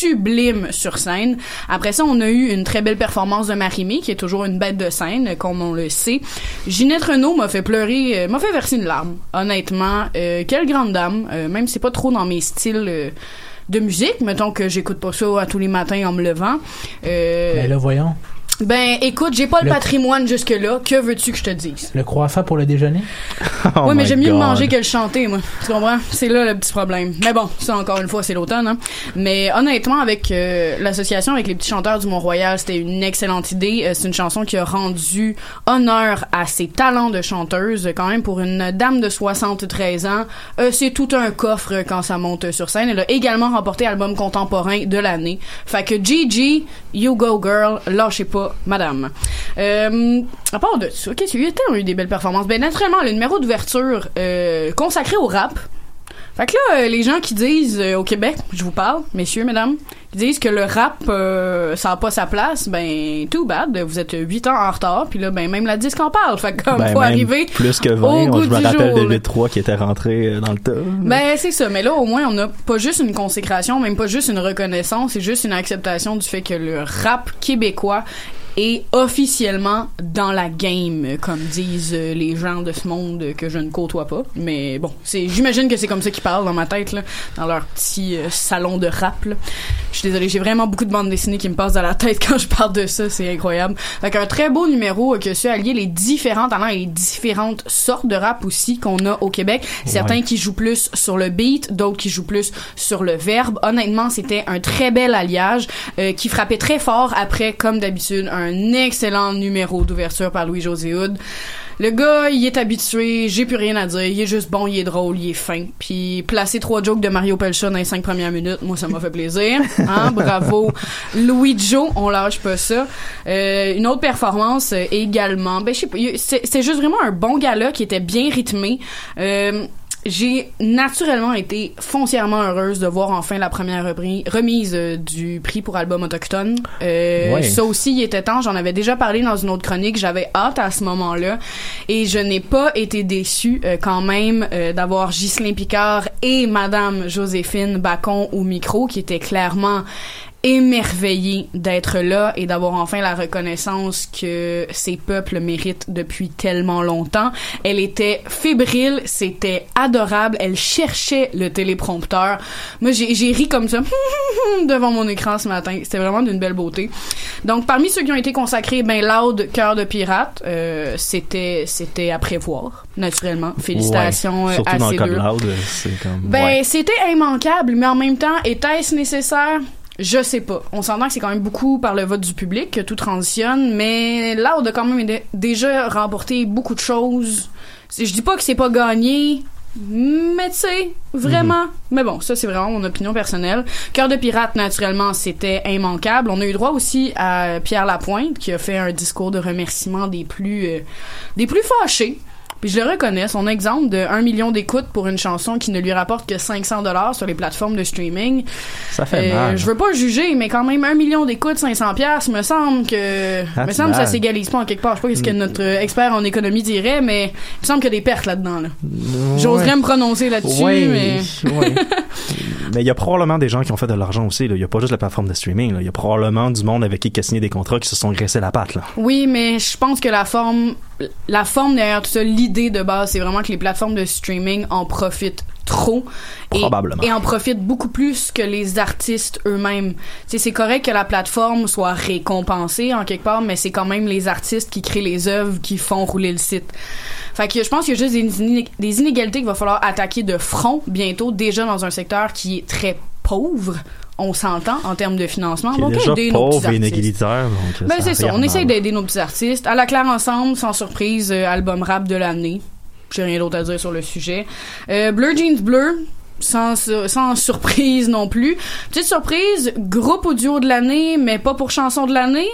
sublime sur scène. Après ça, on a eu une très belle performance de Marie-Mé, qui est toujours une bête de scène, comme on le sait. Ginette Renault m'a fait pleurer, euh, m'a fait verser une larme, honnêtement. Euh, quelle grande dame, euh, même si c'est pas trop dans mes styles euh, de musique, mettons que j'écoute pas ça à tous les matins en me levant. Euh, Ben là, voyons. Ben, écoute, j'ai pas le, Le- patrimoine jusque-là. Que veux-tu que je te dise? Le croissant pour le déjeuner? Oh ouais, mais my j'aime mieux le God. manger que le chanter, moi. Tu comprends? C'est là le petit problème. Mais bon, ça, encore une fois, c'est l'automne, hein. Mais honnêtement, avec euh, l'association avec les petits chanteurs du Mont-Royal, c'était une excellente idée. Euh, c'est une chanson qui a rendu honneur à ses talents de chanteuse. Quand même, pour une dame de soixante-treize ans, euh, c'est tout un coffre quand ça monte sur scène. Elle a également remporté album contemporain de l'année. Fait que Gigi, you go girl, lâchez pas, madame. Euh, à part de ça, qu'est-ce qu'il y a tellement eu des belles performances? Ben, naturellement, le numéro d'ouverture euh, consacré au rap. Fait que là, euh, les gens qui disent euh, au Québec, je vous parle, messieurs, mesdames, qui disent que le rap, euh, ça a pas sa place, ben, too bad, vous êtes huit ans en retard, puis là, ben, même la disque en parle. Fait que comme, Ben, faut même arriver plus que au vingt. goût Je me du rappelle jour, de là. huit trois qui était rentré euh, dans le tas. Ben, c'est ça. Mais là, au moins, on a pas juste une consécration, même pas juste une reconnaissance, c'est juste une acceptation du fait que le rap québécois est officiellement dans la game, comme disent euh, les gens de ce monde que je ne côtoie pas. Mais bon, c'est, j'imagine que c'est comme ça qu'ils parlent dans ma tête, là, dans leur petit euh, salon de rap, là. Je suis désolée, j'ai vraiment beaucoup de bandes dessinées qui me passent dans la tête quand je parle de ça, c'est incroyable. Fait qu'un très beau numéro euh, que su allier les différents talents et les différentes sortes de rap aussi qu'on a au Québec. Certains Ouais. qui jouent plus sur le beat, d'autres qui jouent plus sur le verbe. Honnêtement, c'était un très bel alliage euh, qui frappait très fort après, comme d'habitude, un excellent numéro d'ouverture par Louis-José Hood. Le gars, il est habitué, j'ai plus rien à dire, il est juste bon, il est drôle, il est fin. Puis placer trois jokes de Mario Pelcha dans les cinq premières minutes, moi ça m'a fait plaisir. Hein? Bravo Louis Joe, on lâche pas ça. Euh, une autre performance euh, également, ben je sais pas, il- c'est c'est juste vraiment un bon gala qui était bien rythmé. Euh, J'ai naturellement été foncièrement heureuse de voir enfin la première repri- remise euh, du prix pour album autochtone. Euh, Ouais. Ça aussi, il était temps. J'en avais déjà parlé dans une autre chronique. J'avais hâte à ce moment-là. Et je n'ai pas été déçue euh, quand même euh, d'avoir Ghislain Picard et Madame Joséphine Bacon au micro, qui étaient clairement émerveillée d'être là et d'avoir enfin la reconnaissance que ces peuples méritent depuis tellement longtemps. Elle était fébrile, c'était adorable, elle cherchait le téléprompteur. Moi, j'ai, j'ai ri comme ça devant mon écran ce matin. C'était vraiment d'une belle beauté. Donc, parmi ceux qui ont été consacrés, ben, Loud, Cœur de pirate, euh, c'était, c'était à prévoir, naturellement. Félicitations Ouais. euh, Surtout à dans ces le cas de deux. Loud, c'est comme... Ben, ouais. c'était immanquable, mais en même temps, était-ce nécessaire? Je sais pas. On s'entend que c'est quand même beaucoup par le vote du public que tout transitionne, mais là, on a quand même dé- déjà remporté beaucoup de choses. C'est- Je dis pas que c'est pas gagné, mais tu sais, vraiment. Mm-hmm. Mais bon, ça, c'est vraiment mon opinion personnelle. Cœur de pirate, naturellement, c'était immanquable. On a eu droit aussi à Pierre Lapointe, qui a fait un discours de remerciement des plus, euh, des plus fâchés. Puis je le reconnais, son exemple de un million d'écoutes pour une chanson qui ne lui rapporte que cinq cents dollars sur les plateformes de streaming. Ça fait Euh, mal. Je veux pas le juger, mais quand même un million d'écoutes, cinq cents piastres, me semble que, That's me semble que ça bad. s'égalise pas en quelque part. Je sais pas ce que notre euh, expert en économie dirait, mais il me semble qu'il y a des pertes là-dedans, là. J'oserais Ouais. me prononcer là-dessus, Ouais, mais... ouais. Mais il y a probablement des gens qui ont fait de l'argent aussi. là. Il y a pas juste la plateforme de streaming. là. Il y a probablement du monde avec qui il a signé des contrats qui se sont graissés la patte. Là. Oui, mais je pense que la forme, la forme derrière tout ça, l'idée de base, c'est vraiment que les plateformes de streaming en profitent trop. Et, Probablement. et en profitent beaucoup plus que les artistes eux-mêmes. Tu sais, c'est correct que la plateforme soit récompensée en quelque part, mais c'est quand même les artistes qui créent les œuvres qui font rouler le site. Fait que je pense qu'il y a juste des, iné- des inégalités qu'il va falloir attaquer de front bientôt, déjà dans un secteur qui est très pauvre. On s'entend en termes de financement. Qui est Donc, déjà aider nos petits pauvre et artistes. inégalitaire. Donc, Ben, ça c'est ça. regarde On essaye mal. d'aider nos petits artistes. À la claire ensemble, sans surprise, euh, album rap de l'année. J'ai rien d'autre à dire sur le sujet. Euh, Bleu Jeans Bleu. Sans, sans surprise non plus. Petite surprise, groupe audio de l'année, mais pas pour chanson de l'année.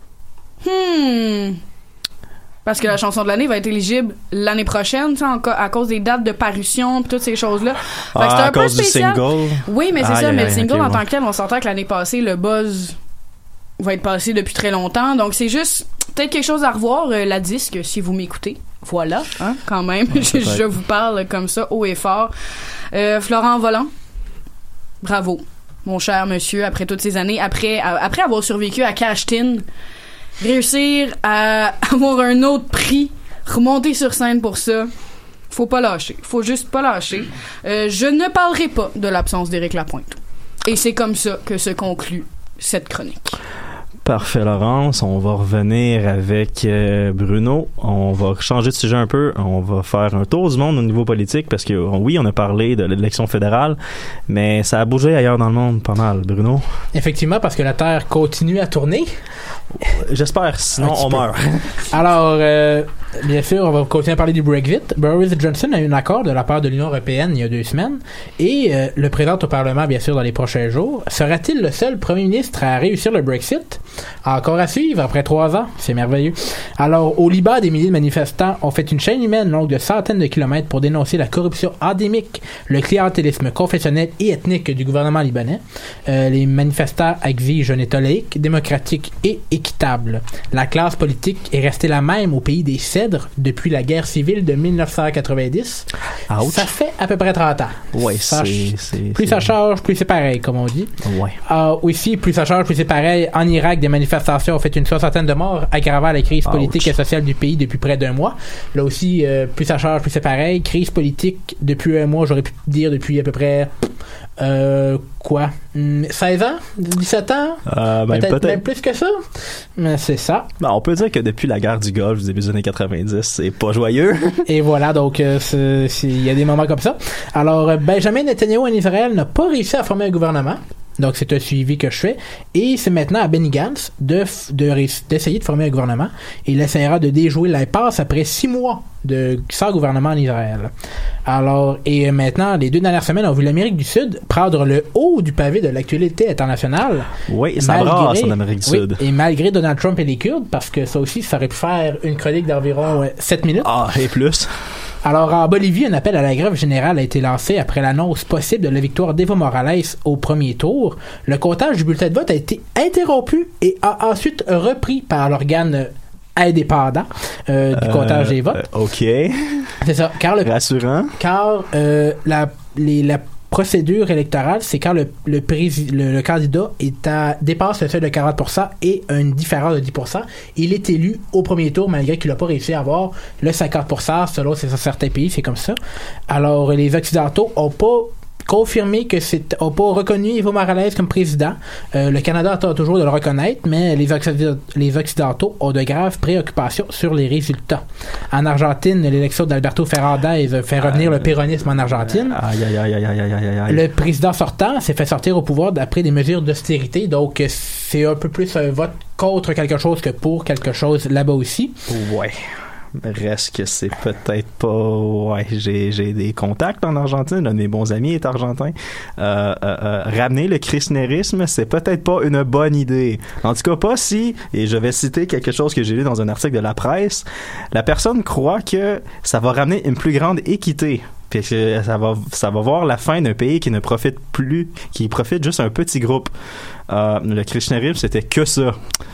Hmm. Parce que la chanson de l'année va être éligible l'année prochaine, tu sais, en ca- à cause des dates de parution pis toutes ces choses-là. Fait que Ah, c'est un à peu cause du spécial. single? Oui, mais c'est Aïe, ça, aïe, mais le aïe, single ok, en ouais. tant que tel, on s'entend que l'année passée, le buzz va être passé depuis très longtemps. Donc c'est juste peut-être quelque chose à revoir, euh, la disque, si vous m'écoutez. Voilà, hein, quand même. Ouais, je, peut-être. je vous parle comme ça, haut et fort. Euh, Florent Volant, bravo. mon cher monsieur, après toutes ces années, après, à, après avoir survécu à Cashtin, réussir à avoir un autre prix, remonter sur scène pour ça, faut pas lâcher. Faut juste pas lâcher. Euh, je ne parlerai pas de l'absence d'Éric Lapointe. Et c'est comme ça que se conclut cette chronique. Parfait, Laurence. On va revenir avec euh, Bruno. On va changer de sujet un peu. On va faire un tour du monde au niveau politique parce que, oui, on a parlé de l'élection fédérale, mais ça a bougé ailleurs dans le monde pas mal, Bruno. Effectivement, parce que la Terre continue à tourner. J'espère, sinon on peu. meurt. Alors, euh, bien sûr, on va continuer à parler du Brexit. Boris Johnson a eu un accord de la part de l'Union européenne il y a deux semaines et euh, le présente au Parlement, bien sûr, dans les prochains jours. Sera-t-il le seul premier ministre à réussir le Brexit? Encore à suivre après trois ans. C'est merveilleux. Alors, au Liban, des milliers de manifestants ont fait une chaîne humaine longue de centaines de kilomètres pour dénoncer la corruption endémique, le clientélisme confessionnel et ethnique du gouvernement libanais. Euh, les manifestants exigent un État laïque, démocratique et équitable. La classe politique est restée la même au pays des Cèdres depuis la guerre civile de dix-neuf cent quatre-vingt-dix. Ouch. Ça fait à peu près trente ans. Ouais, ça, c'est, c'est, plus c'est... ça change, plus c'est pareil, comme on dit. Ouais. Euh, aussi, plus ça change, plus c'est pareil. En Irak, des manifestations ont fait une soixantaine de morts, aggravant la crise politique Ouch. et sociale du pays depuis près d'un mois. Là aussi, euh, plus ça change, plus c'est pareil. Crise politique depuis un mois, j'aurais pu dire depuis à peu près euh, quoi seize ans, dix-sept ans, euh, ben, peut-être, peut-être même plus que ça. Mais c'est ça. Ben, on peut dire que depuis la guerre du Golfe du début des années quatre-vingt-dix, c'est pas joyeux. Et voilà, donc il y a des moments comme ça. Alors, Benjamin Netanyahu en Israël n'a pas réussi à former un gouvernement. Donc, c'est un suivi que je fais. Et c'est maintenant à Benny Gantz de, de, d'essayer de former un gouvernement. Il essaiera de déjouer l'impasse après six mois de sans gouvernement en Israël. Alors, et maintenant, les deux dernières semaines ont vu l'Amérique du Sud prendre le haut du pavé de l'actualité internationale. Oui, ça brasse en Amérique du oui, Sud. Et malgré Donald Trump et les Kurdes, parce que ça aussi, ça aurait pu faire une chronique d'environ euh, sept minutes. Ah, et plus. Alors, en Bolivie, un appel à la grève générale a été lancé après l'annonce possible de la victoire d'Evo Morales au premier tour. Le comptage du bulletin de vote a été interrompu et a ensuite repris par l'organe indépendant euh, du euh, comptage des votes. OK. C'est ça. Car le, Rassurant. Car euh, la, les, la procédure électorale, c'est quand le, le, prési- le, le candidat est à, dépasse le seuil de quarante pour cent et une différence de dix pour cent. Il est élu au premier tour malgré qu'il n'a pas réussi à avoir le cinquante pour cent selon certains pays, c'est comme ça. Alors, les Occidentaux n'ont pas confirmé que c'est n'a pas reconnu Evo Morales comme président. Euh, le Canada attend toujours de le reconnaître, mais les, Occid- les Occidentaux ont de graves préoccupations sur les résultats. En Argentine, l'élection d'Alberto Fernández fait revenir euh, le péronisme en Argentine. Aïe, aïe, aïe, aïe, aïe, aïe, aïe. Le président sortant s'est fait sortir au pouvoir d'après des mesures d'austérité, donc c'est un peu plus un vote contre quelque chose que pour quelque chose là-bas aussi. Ouais. Reste que c'est peut-être pas... Ouais, j'ai, j'ai des contacts en Argentine. Un de mes bons amis est argentin. Euh, euh, euh, ramener le kirchnerisme, c'est peut-être pas une bonne idée. En tout cas, pas si, et je vais citer quelque chose que j'ai lu dans un article de la presse, la personne croit que ça va ramener une plus grande équité. Puis que ça va, ça va voir la fin d'un pays qui ne profite plus, qui profite juste un petit groupe. Euh, le kirchnerisme, c'était que ça.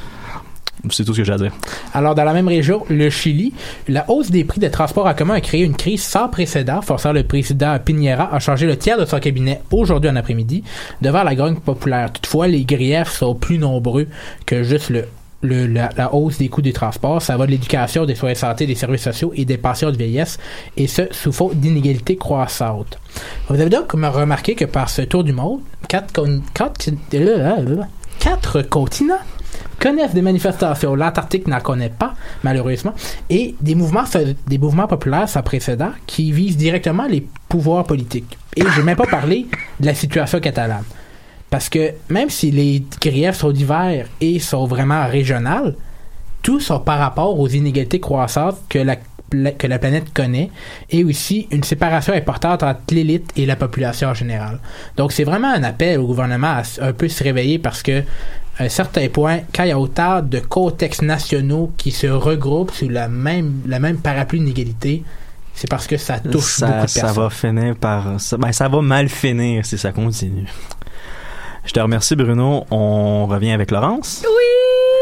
C'est tout ce que j'ai à dire. Alors, dans la même région, le Chili, la hausse des prix des transports en commun a créé une crise sans précédent, forçant le président Piñera à changer le tiers de son cabinet aujourd'hui en après-midi devant la grogne populaire. Toutefois, les griefs sont plus nombreux que juste le Le, la, la hausse des coûts des transports. Ça va de l'éducation, des soins de santé, des services sociaux et des pensions de vieillesse, et ce, sous faute d'inégalités croissantes. Vous avez donc remarqué que par ce tour du monde, quatre, con, quatre, quatre continents connaissent des manifestations. L'Antarctique n'en connaît pas, malheureusement, et des mouvements, des mouvements populaires sans précédent qui visent directement les pouvoirs politiques. Et je n'ai même pas parlé de la situation catalane. Parce que même si les griefs sont divers et sont vraiment régionales, tous sont par rapport aux inégalités croissantes que la, la, que la planète connaît, et aussi une séparation importante entre l'élite et la population en général. Donc c'est vraiment un appel au gouvernement à un peu se réveiller, parce que à un certain point, quand il y a autant de contextes nationaux qui se regroupent sous la même, la même parapluie d'inégalité, c'est parce que ça touche ça, beaucoup de personnes. Ça va finir par... Ça, ben, ça va mal finir si ça continue. Je te remercie, Bruno. On revient avec Laurence. Oui!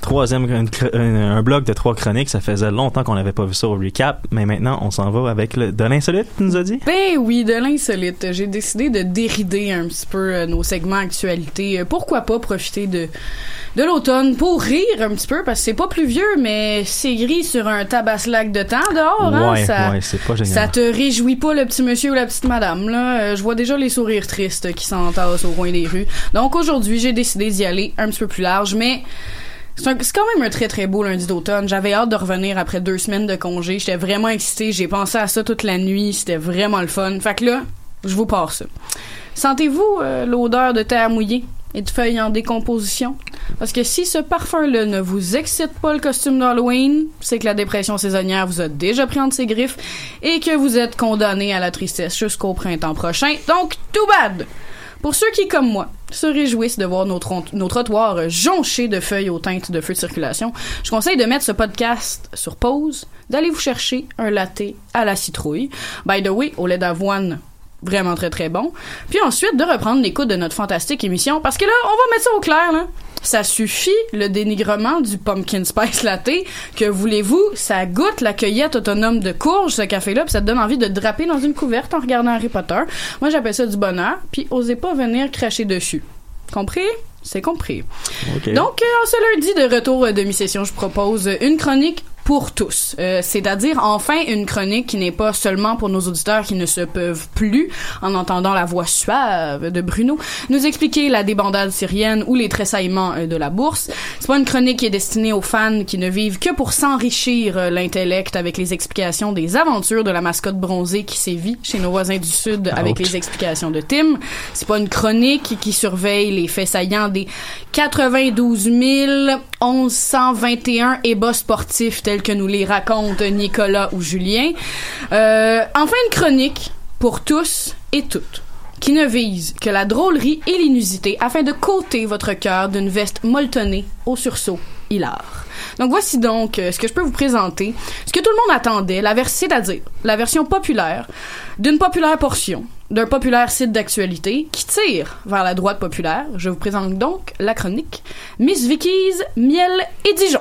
troisième, une, un bloc de trois chroniques. Ça faisait longtemps qu'on n'avait pas vu ça au recap, mais maintenant, on s'en va avec le, de l'insolite, tu nous as dit? Ben oui, de l'insolite. J'ai décidé de dérider un petit peu nos segments actualité. Pourquoi pas profiter de de l'automne pour rire un petit peu, parce que c'est pas pluvieux, mais c'est gris sur un tabaslac de temps dehors. Ouais, hein, ça, ouais, c'est pas génial. Ça te réjouit pas, le petit monsieur ou la petite madame. Là, euh, je vois déjà les sourires tristes qui s'entassent au coin des rues. Donc aujourd'hui, j'ai décidé d'y aller un petit peu plus large, mais c'est, un, c'est quand même un très très beau lundi d'automne. J'avais hâte de revenir après deux semaines de congé. J'étais vraiment excitée. J'ai pensé à ça toute la nuit. C'était vraiment le fun. Fait que là, je vous passe ça. Sentez-vous euh, l'odeur de terre mouillée et de feuilles en décomposition? Parce que si ce parfum-là ne vous excite pas le costume d'Halloween, c'est que la dépression saisonnière vous a déjà pris entre ses griffes et que vous êtes condamné à la tristesse jusqu'au printemps prochain. Donc, too bad! Pour ceux qui, comme moi, se réjouissent de voir nos, tron- nos trottoirs jonchés de feuilles aux teintes de feu de circulation, je conseille de mettre ce podcast sur pause, d'aller vous chercher un latte à la citrouille. By the way, au lait d'avoine, vraiment très très bon. Puis ensuite, de reprendre l'écoute de notre fantastique émission, parce que là, on va mettre ça au clair, là. Ça suffit, le dénigrement du pumpkin spice latte. Que voulez-vous? Ça goûte la cueillette autonome de courge, ce café-là, puis ça te donne envie de draper dans une couverte en regardant Harry Potter. Moi, j'appelle ça du bonheur, puis osez pas venir cracher dessus. Compris? C'est compris. Okay. Donc, euh, ce lundi de retour euh, demi-session, je propose une chronique pour tous. Euh, c'est-à-dire, enfin, une chronique qui n'est pas seulement pour nos auditeurs qui ne se peuvent plus, en entendant la voix suave de Bruno, nous expliquer la débandade syrienne ou les tressaillements euh, de la bourse. C'est pas une chronique qui est destinée aux fans qui ne vivent que pour s'enrichir euh, l'intellect avec les explications des aventures de la mascotte bronzée qui sévit chez nos voisins du Sud avec les explications de Tim. C'est pas une chronique qui surveille les faits saillants des quatre-vingt-douze mille onze cent vingt et un ébats sportifs tels que nous les racontent Nicolas ou Julien. Euh, enfin, une chronique pour tous et toutes, qui ne vise que la drôlerie et l'inusité afin de coter votre cœur d'une veste molletonnée au sursaut hilar. Donc voici donc euh, ce que je peux vous présenter, ce que tout le monde attendait, la vers- c'est-à-dire la version populaire d'une populaire portion d'un populaire site d'actualité qui tire vers la droite populaire. Je vous présente donc la chronique Miss Vicky's Miel et Dijon.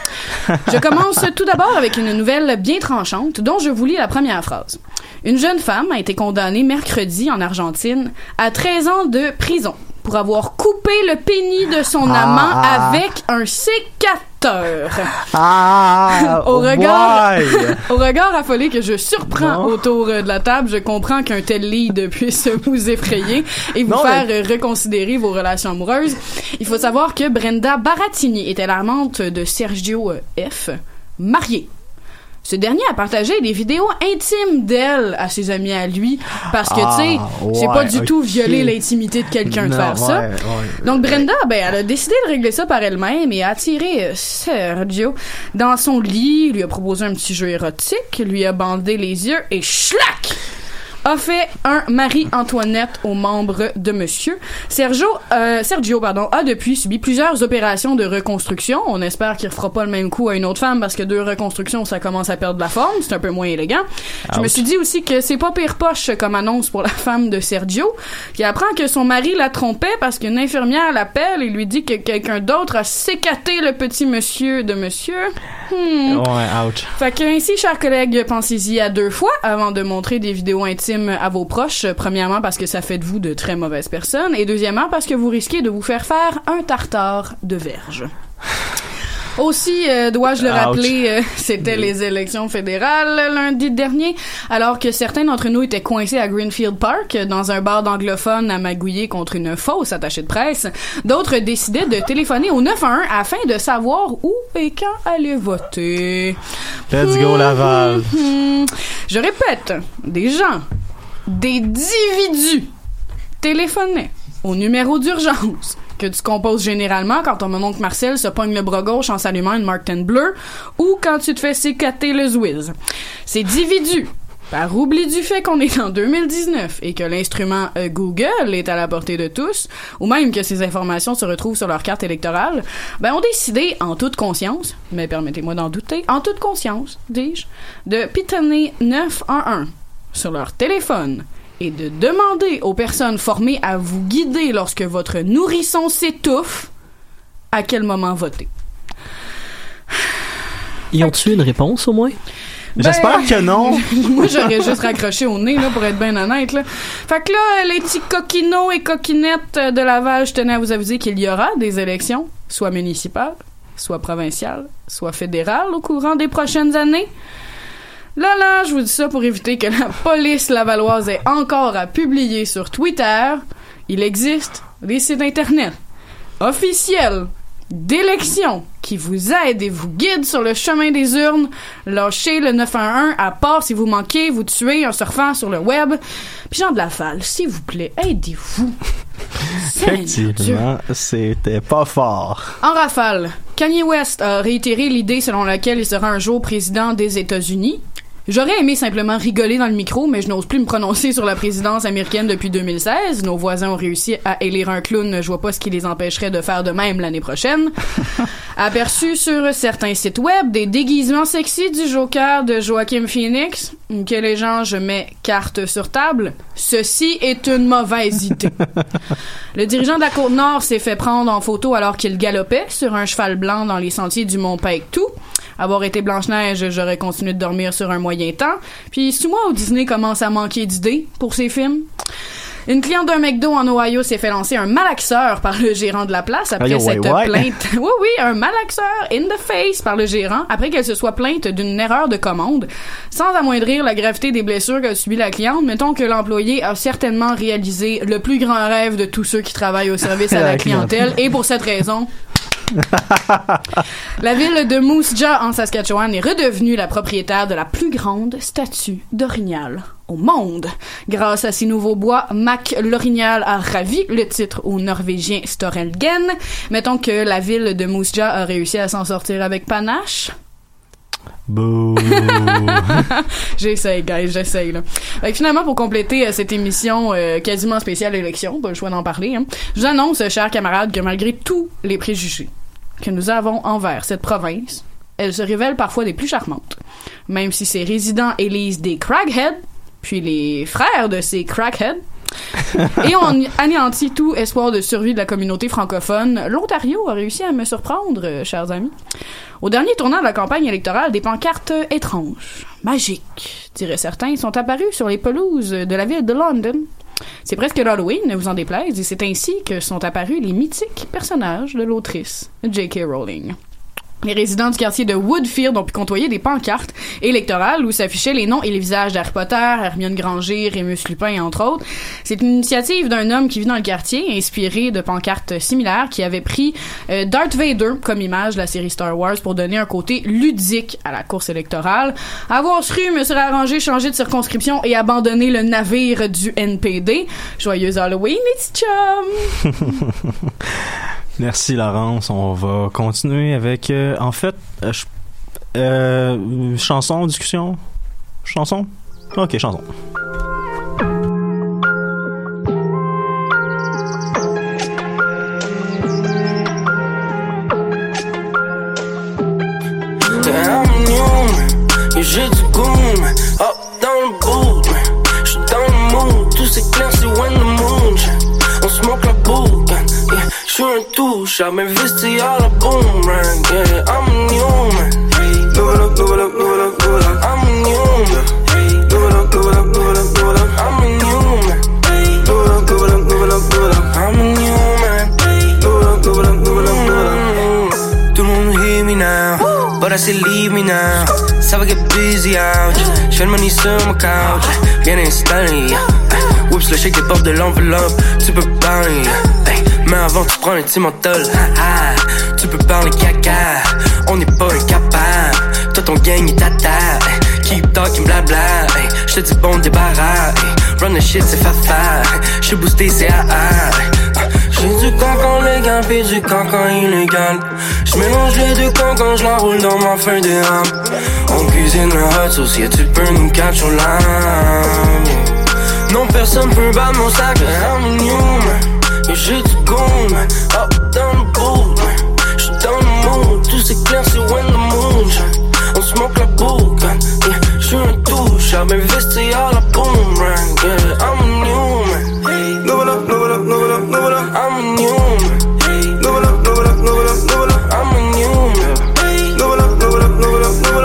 Je commence tout d'abord avec une nouvelle bien tranchante dont je vous lis la première phrase. Une jeune femme a été condamnée mercredi en Argentine à treize ans de prison pour avoir coupé le pénis de son ah, amant ah. avec un sécateur. Ah, au regard, why? au regard affolé que je surprends non. autour de la table, je comprends qu'un tel lead puisse vous effrayer et vous non, faire mais... reconsidérer vos relations amoureuses. Il faut savoir que Brenda Barattini était l'amante de Sergio F, marié. Ce dernier a partagé des vidéos intimes d'elle à ses amis à lui, parce que, ah, tu sais, ouais, c'est pas du okay. tout violer l'intimité de quelqu'un non, de faire ouais, ça. Ouais, Donc, Brenda, ben, elle a décidé de régler ça par elle-même et a attiré Sergio dans son lit, lui a proposé un petit jeu érotique, lui a bandé les yeux et schlac! A fait un Marie-Antoinette aux membres de monsieur. Sergio, euh, Sergio, pardon, a depuis subi plusieurs opérations de reconstruction. On espère qu'il refera pas le même coup à une autre femme parce que deux reconstructions, ça commence à perdre la forme. C'est un peu moins élégant. Ouch. Je me suis dit aussi que c'est pas pire poche comme annonce pour la femme de Sergio, qui apprend que son mari la trompait parce qu'une infirmière l'appelle et lui dit que quelqu'un d'autre a sécaté le petit monsieur de monsieur. Hmm. Ouais, ouch. Fait que ainsi, chers collègues, pensez-y à deux fois avant de montrer des vidéos intimes à vos proches, premièrement parce que ça fait de vous de très mauvaises personnes et deuxièmement parce que vous risquez de vous faire faire un tartare de verge. Aussi, euh, dois-je le rappeler, euh, c'était les élections fédérales lundi dernier, alors que certains d'entre nous étaient coincés à Greenfield Park, dans un bar d'anglophones à magouiller contre une fausse attachée de presse. D'autres décidaient de téléphoner au neuf un un afin de savoir où et quand aller voter. Let's go, Laval! Mmh, mmh. Je répète, des gens, des individus téléphonaient au numéro d'urgence que tu composes généralement quand ton oncle Marcel se pogne le bras gauche en s'allumant une Mark dix bleue ou quand tu te fais sécater le Zwiz. Ces individus, par oubli du fait qu'on est en deux mille dix-neuf et que l'instrument euh, Google est à la portée de tous, ou même que ces informations se retrouvent sur leur carte électorale, ben ont décidé, en toute conscience, mais permettez-moi d'en douter, en toute conscience, dis-je, de pitonner neuf un un sur leur téléphone et de demander aux personnes formées à vous guider lorsque votre nourrisson s'étouffe à quel moment voter. Ils ont tué une réponse au moins? J'espère ben, que non. Moi, j'aurais juste raccroché au nez, là, pour être bien honnête, là. Fait que là, les petits coquinots et coquinettes de Laval, je tenais à vous aviser qu'il y aura des élections, soit municipales, soit provinciales, soit fédérales au courant des prochaines années. Là, là, je vous dis ça pour éviter que la police lavalloise ait encore à publier sur Twitter. Il existe des sites internet officiels d'élections qui vous aident et vous guident sur le chemin des urnes. Lâchez le neuf un un à part si vous manquez, vous tuez en surfant sur le web. Puis Jean de la Falle, s'il vous plaît, aidez-vous. Effectivement, c'était pas fort. En rafale, Kanye West a réitéré l'idée selon laquelle il sera un jour président des États-Unis. J'aurais aimé simplement rigoler dans le micro, mais je n'ose plus me prononcer sur la présidence américaine depuis deux mille seize. Nos voisins ont réussi à élire un clown, je vois pas ce qui les empêcherait de faire de même l'année prochaine. Aperçu sur certains sites web des déguisements sexy du Joker de Joaquin Phoenix. Que les gens, je mets carte sur table. Ceci est une mauvaise idée. Le dirigeant de la Côte-Nord s'est fait prendre en photo alors qu'il galopait sur un cheval blanc dans les sentiers du Mont Pictou. Avoir été Blanche-Neige, j'aurais continué de dormir sur un moyen temps. Puis, sous moi, où Disney commence à manquer d'idées pour ses films. Une cliente d'un McDo en Ohio s'est fait lancer un malaxeur par le gérant de la place après Aïe, cette ouais, ouais. plainte. Oui, oui, un malaxeur in the face par le gérant après qu'elle se soit plainte d'une erreur de commande. Sans amoindrir la gravité des blessures qu'a subi la cliente, mettons que l'employé a certainement réalisé le plus grand rêve de tous ceux qui travaillent au service à la, la clientèle et pour cette raison... La ville de Moose Jaw en Saskatchewan est redevenue la propriétaire de la plus grande statue d'orignal au monde. Grâce à ses nouveaux bois, Mac l'orignal a ravi le titre au Norvégien Storelgen. Mettons que la ville de Moose Jaw a réussi à s'en sortir avec panache. Bouh. J'essaye, guys, j'essaye, là. Fait que finalement, pour compléter euh, cette émission euh, quasiment spéciale élection, pas le choix d'en parler, hein, je vous annonce, chers camarades, que malgré tous les préjugés que nous avons envers cette province, elle se révèle parfois des plus charmantes. Même si ses résidents élisent des crackheads, puis les frères de ces crackheads, et on anéantit tout espoir de survie de la communauté francophone, l'Ontario a réussi à me surprendre, euh, chers amis. Au dernier tournant de la campagne électorale, des pancartes étranges, magiques, diraient certains, sont apparues sur les pelouses de la ville de London. C'est presque l'Halloween, ne vous en déplaise, et c'est ainsi que sont apparus les mythiques personnages de l'autrice J K Rowling. Les résidents du quartier de Woodfield ont pu côtoyer des pancartes électorales où s'affichaient les noms et les visages d'Harry Potter, Hermione Granger, Remus Lupin, entre autres. C'est une initiative d'un homme qui vit dans le quartier, inspiré de pancartes similaires, qui avait pris euh, Darth Vader comme image de la série Star Wars pour donner un côté ludique à la course électorale. Avoir su, me serait arrangé changer de circonscription et abandonner le navire du N P D. Joyeux Halloween, les petits chums! Merci Laurence, on va continuer avec euh, en fait euh, euh, chanson, discussion, chanson, ok chanson. J'ai du goût, up dans le bout, j'suis dans le mood, tout s'éclaire c'est when the moon shine. On smoke la boucan, yeah, j'suis un touche, I'm investi à la boomerang, yeah, I'm a human. Move it up, move it up, move it up, move it up, I'm a human. Move it up, move it up, move it up, move it up, I'm a human. Move it up, move it up, move it up, move it up, I'm a human. Move it up, move it up, move it up, move it up. Tout le monde hear me now, but I say leave me now. Ça va get busy out, j'fais le money sur mon couch, bien installé. Oups, le chèque des portes de l'enveloppe, tu peux parler. Hey, mais avant tu prends un petit menthol, ah, ah, tu peux parler caca, on n'est pas incapable. Toi ton gang est ta table, keep talking blabla. Hey, j'te dis bon débarras, hey, run the shit c'est fafa, j'suis boosté c'est A A. J'ai du cancan légal pis du cancan illégal. J'mélange les deux cancans, j'l'enroule dans ma feuille de ham. On cuisine le hot sauce, yeah, tu peux nous catch au lame. Non, personne peut battre mon sac, I'm a human. Et j'ai du goût, man, up dans le bout, man. J'suis dans le mood, tout s'éclaire, c'est when the moon shine. On smoke la boucan, yeah, j'suis un touche, I'm investi à la boomerang, yeah, I'm a human. Move it up, move it up, move it up, move it up, I'm a human. Move it up, move it up, move it up, move it up, I'm a human. Move it up, move it up, move it up, move it up.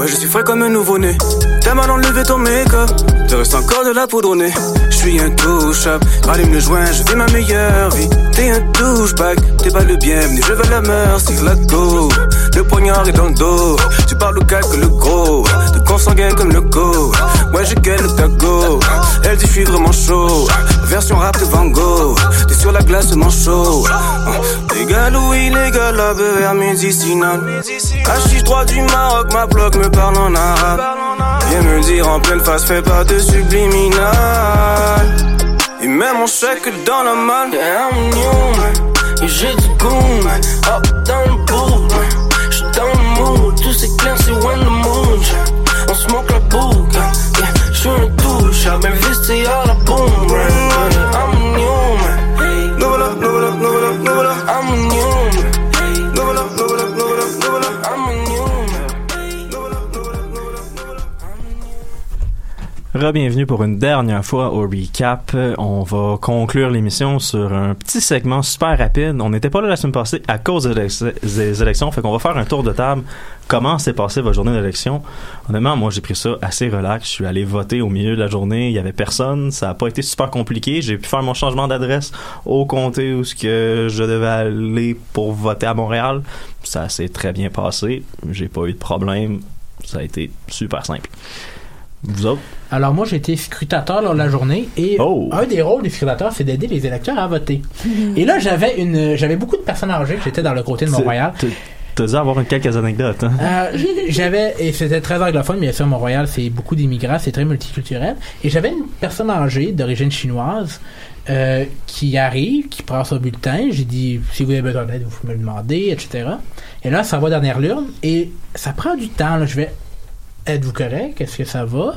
Ouais, je suis frais comme un nouveau-né. T'as mal enlevé ton make-up, te reste encore de la poudre au nez. Je suis intouchable, rallume le joint, je vis ma meilleure vie. T'es un douchebag, t'es pas le bienvenu, je veux la merci, let go. Le poignard est dans le dos, tu parles au calque que le gros. De consanguin comme le go, ouais je gueule le cago. Elle dit je suis vraiment chaud, version rap de Van Gogh. T'es sur la glace manchot. Légal ou illégal, la beurre médicinale. Hachiche droit du Maroc, ma bloc me parle en arabe. Viens me dire en pleine face, fais pas de subliminal. Et même mon chèque dans la malle. Yeah, I'm new, man. Et j'ai du goût, man. Up dans le bout, man. J'suis dans le mood. Tout c'est clair, c'est when the moon shine. On smoke la boucle, yeah. J'suis un touche, même investi à la boom, man. I'm new, man. Nouvel up, nouvel up, nouvel up, nouvel up. I'm new, man. Nouvel up, nouvel up, nouvel up, nouvel up. I'm new, man. Re-bienvenue pour une dernière fois au recap. On va conclure l'émission sur un petit segment super rapide. On n'était pas là la semaine passée à cause des élections, fait qu'on va faire un tour de table. Comment s'est passée votre journée d'élection? Honnêtement, moi j'ai pris ça assez relax. Je suis allé voter au milieu de la journée. Il y avait personne. Ça n'a pas été super compliqué. J'ai pu faire mon changement d'adresse au comté où ce que je devais aller pour voter à Montréal. Ça s'est très bien passé. J'ai pas eu de problème. Ça a été super simple. Vous autres? Alors moi j'ai été scrutateur lors de la journée et oh. un des rôles du scrutateur c'est d'aider les électeurs à voter. Et là j'avais une j'avais beaucoup de personnes âgées, j'étais dans le côté de Mont-Royal. T'as dû avoir quelques anecdotes, hein? Euh, j'avais, et c'était très anglophone, mais bien sûr, Mont-Royal, c'est beaucoup d'immigrants, c'est très multiculturel. Et j'avais une personne âgée d'origine chinoise euh, qui arrive, qui prend son bulletin. J'ai dit, si vous avez besoin d'aide, vous pouvez me le demander, et cetera. Et là, ça va dernière l'urne, et ça prend du temps. Là, je vais, êtes-vous correct? Est-ce que ça va?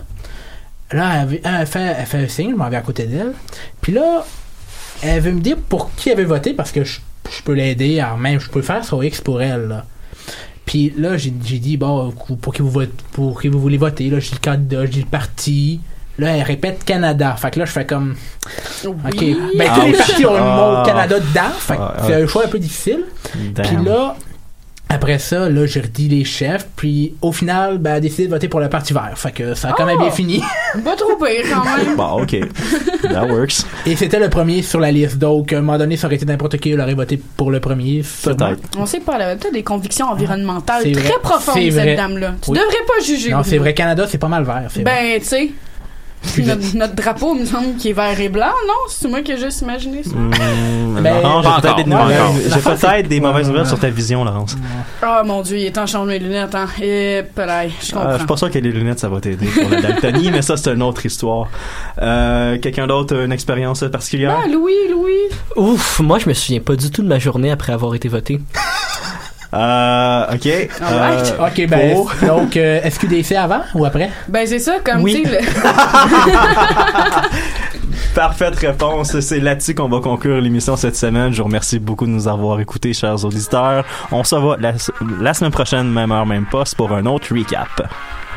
Là, elle, elle, fait, elle fait un signe, je m'en vais à côté d'elle. Puis là, elle veut me dire pour qui elle veut voter, parce que je je peux l'aider, alors même je peux le faire sur X pour elle là. Puis là j'ai, j'ai dit bon pour qui vous vote, pour qui vous voulez voter là, j'ai le candidat, j'ai le parti. Là elle répète Canada, fait que là je fais comme oui. Ok, ben tous les partis ont le mot Canada dedans, fait que ah, c'est un choix un peu difficile. Puis là après ça, là, j'ai redit les chefs, puis au final, ben, elle a décidé de voter pour le Parti vert. Fait que ça a quand oh, même bien fini. Pas trop pire, quand même. Bon, OK. That works. Et c'était le premier sur la liste. Donc, à un moment donné, ça aurait été n'importe qui, elle aurait voté pour le premier. Peut-être. On sait pas, elle a peut-être des convictions environnementales c'est très vrai. profondes, c'est cette vrai. dame-là. Tu oui. devrais pas juger. Non, Bruno. c'est vrai. Canada, c'est pas mal vert. C'est ben, tu sais. Notre, notre drapeau, il me semble qu'il est vert et blanc, non? C'est moi qui ai juste imaginé ça. Mmh, ben, non, j'ai peut-être des, mauvaises, j'ai peut-être des mauvaises nouvelles sur ta vision, Laurence. Oh mon Dieu, il est temps de changer mes lunettes, hein. Et pareil, je comprends. Euh, je suis pas sûr que les lunettes, ça va t'aider pour la daltonie, mais ça, c'est une autre histoire. Euh, quelqu'un d'autre, une expérience particulière? Ah, Louis, Louis. Ouf, moi, je me souviens pas du tout de ma journée après avoir été voté. Euh, ok. Right. Euh, ok, ben, pour... donc, euh, S Q D C avant ou après? Ben, c'est ça, comme, oui. tu sais, le... Parfaite réponse. C'est là-dessus qu'on va conclure l'émission cette semaine. Je vous remercie beaucoup de nous avoir écoutés, chers auditeurs. On se voit la, la semaine prochaine, même heure, même poste, pour un autre recap.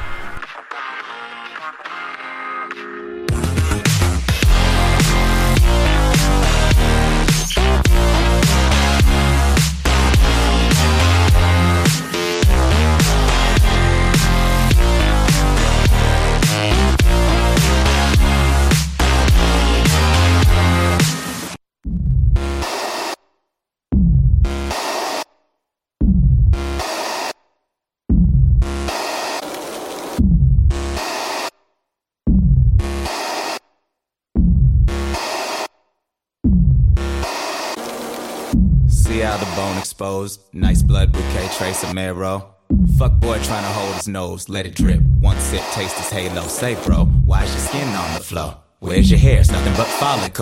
Exposed, nice blood bouquet, trace of marrow. Fuck boy trying to hold his nose, let it drip. One sip, taste his halo. Say bro, why's your skin on the floor? Where's your hair? It's nothing but follicle.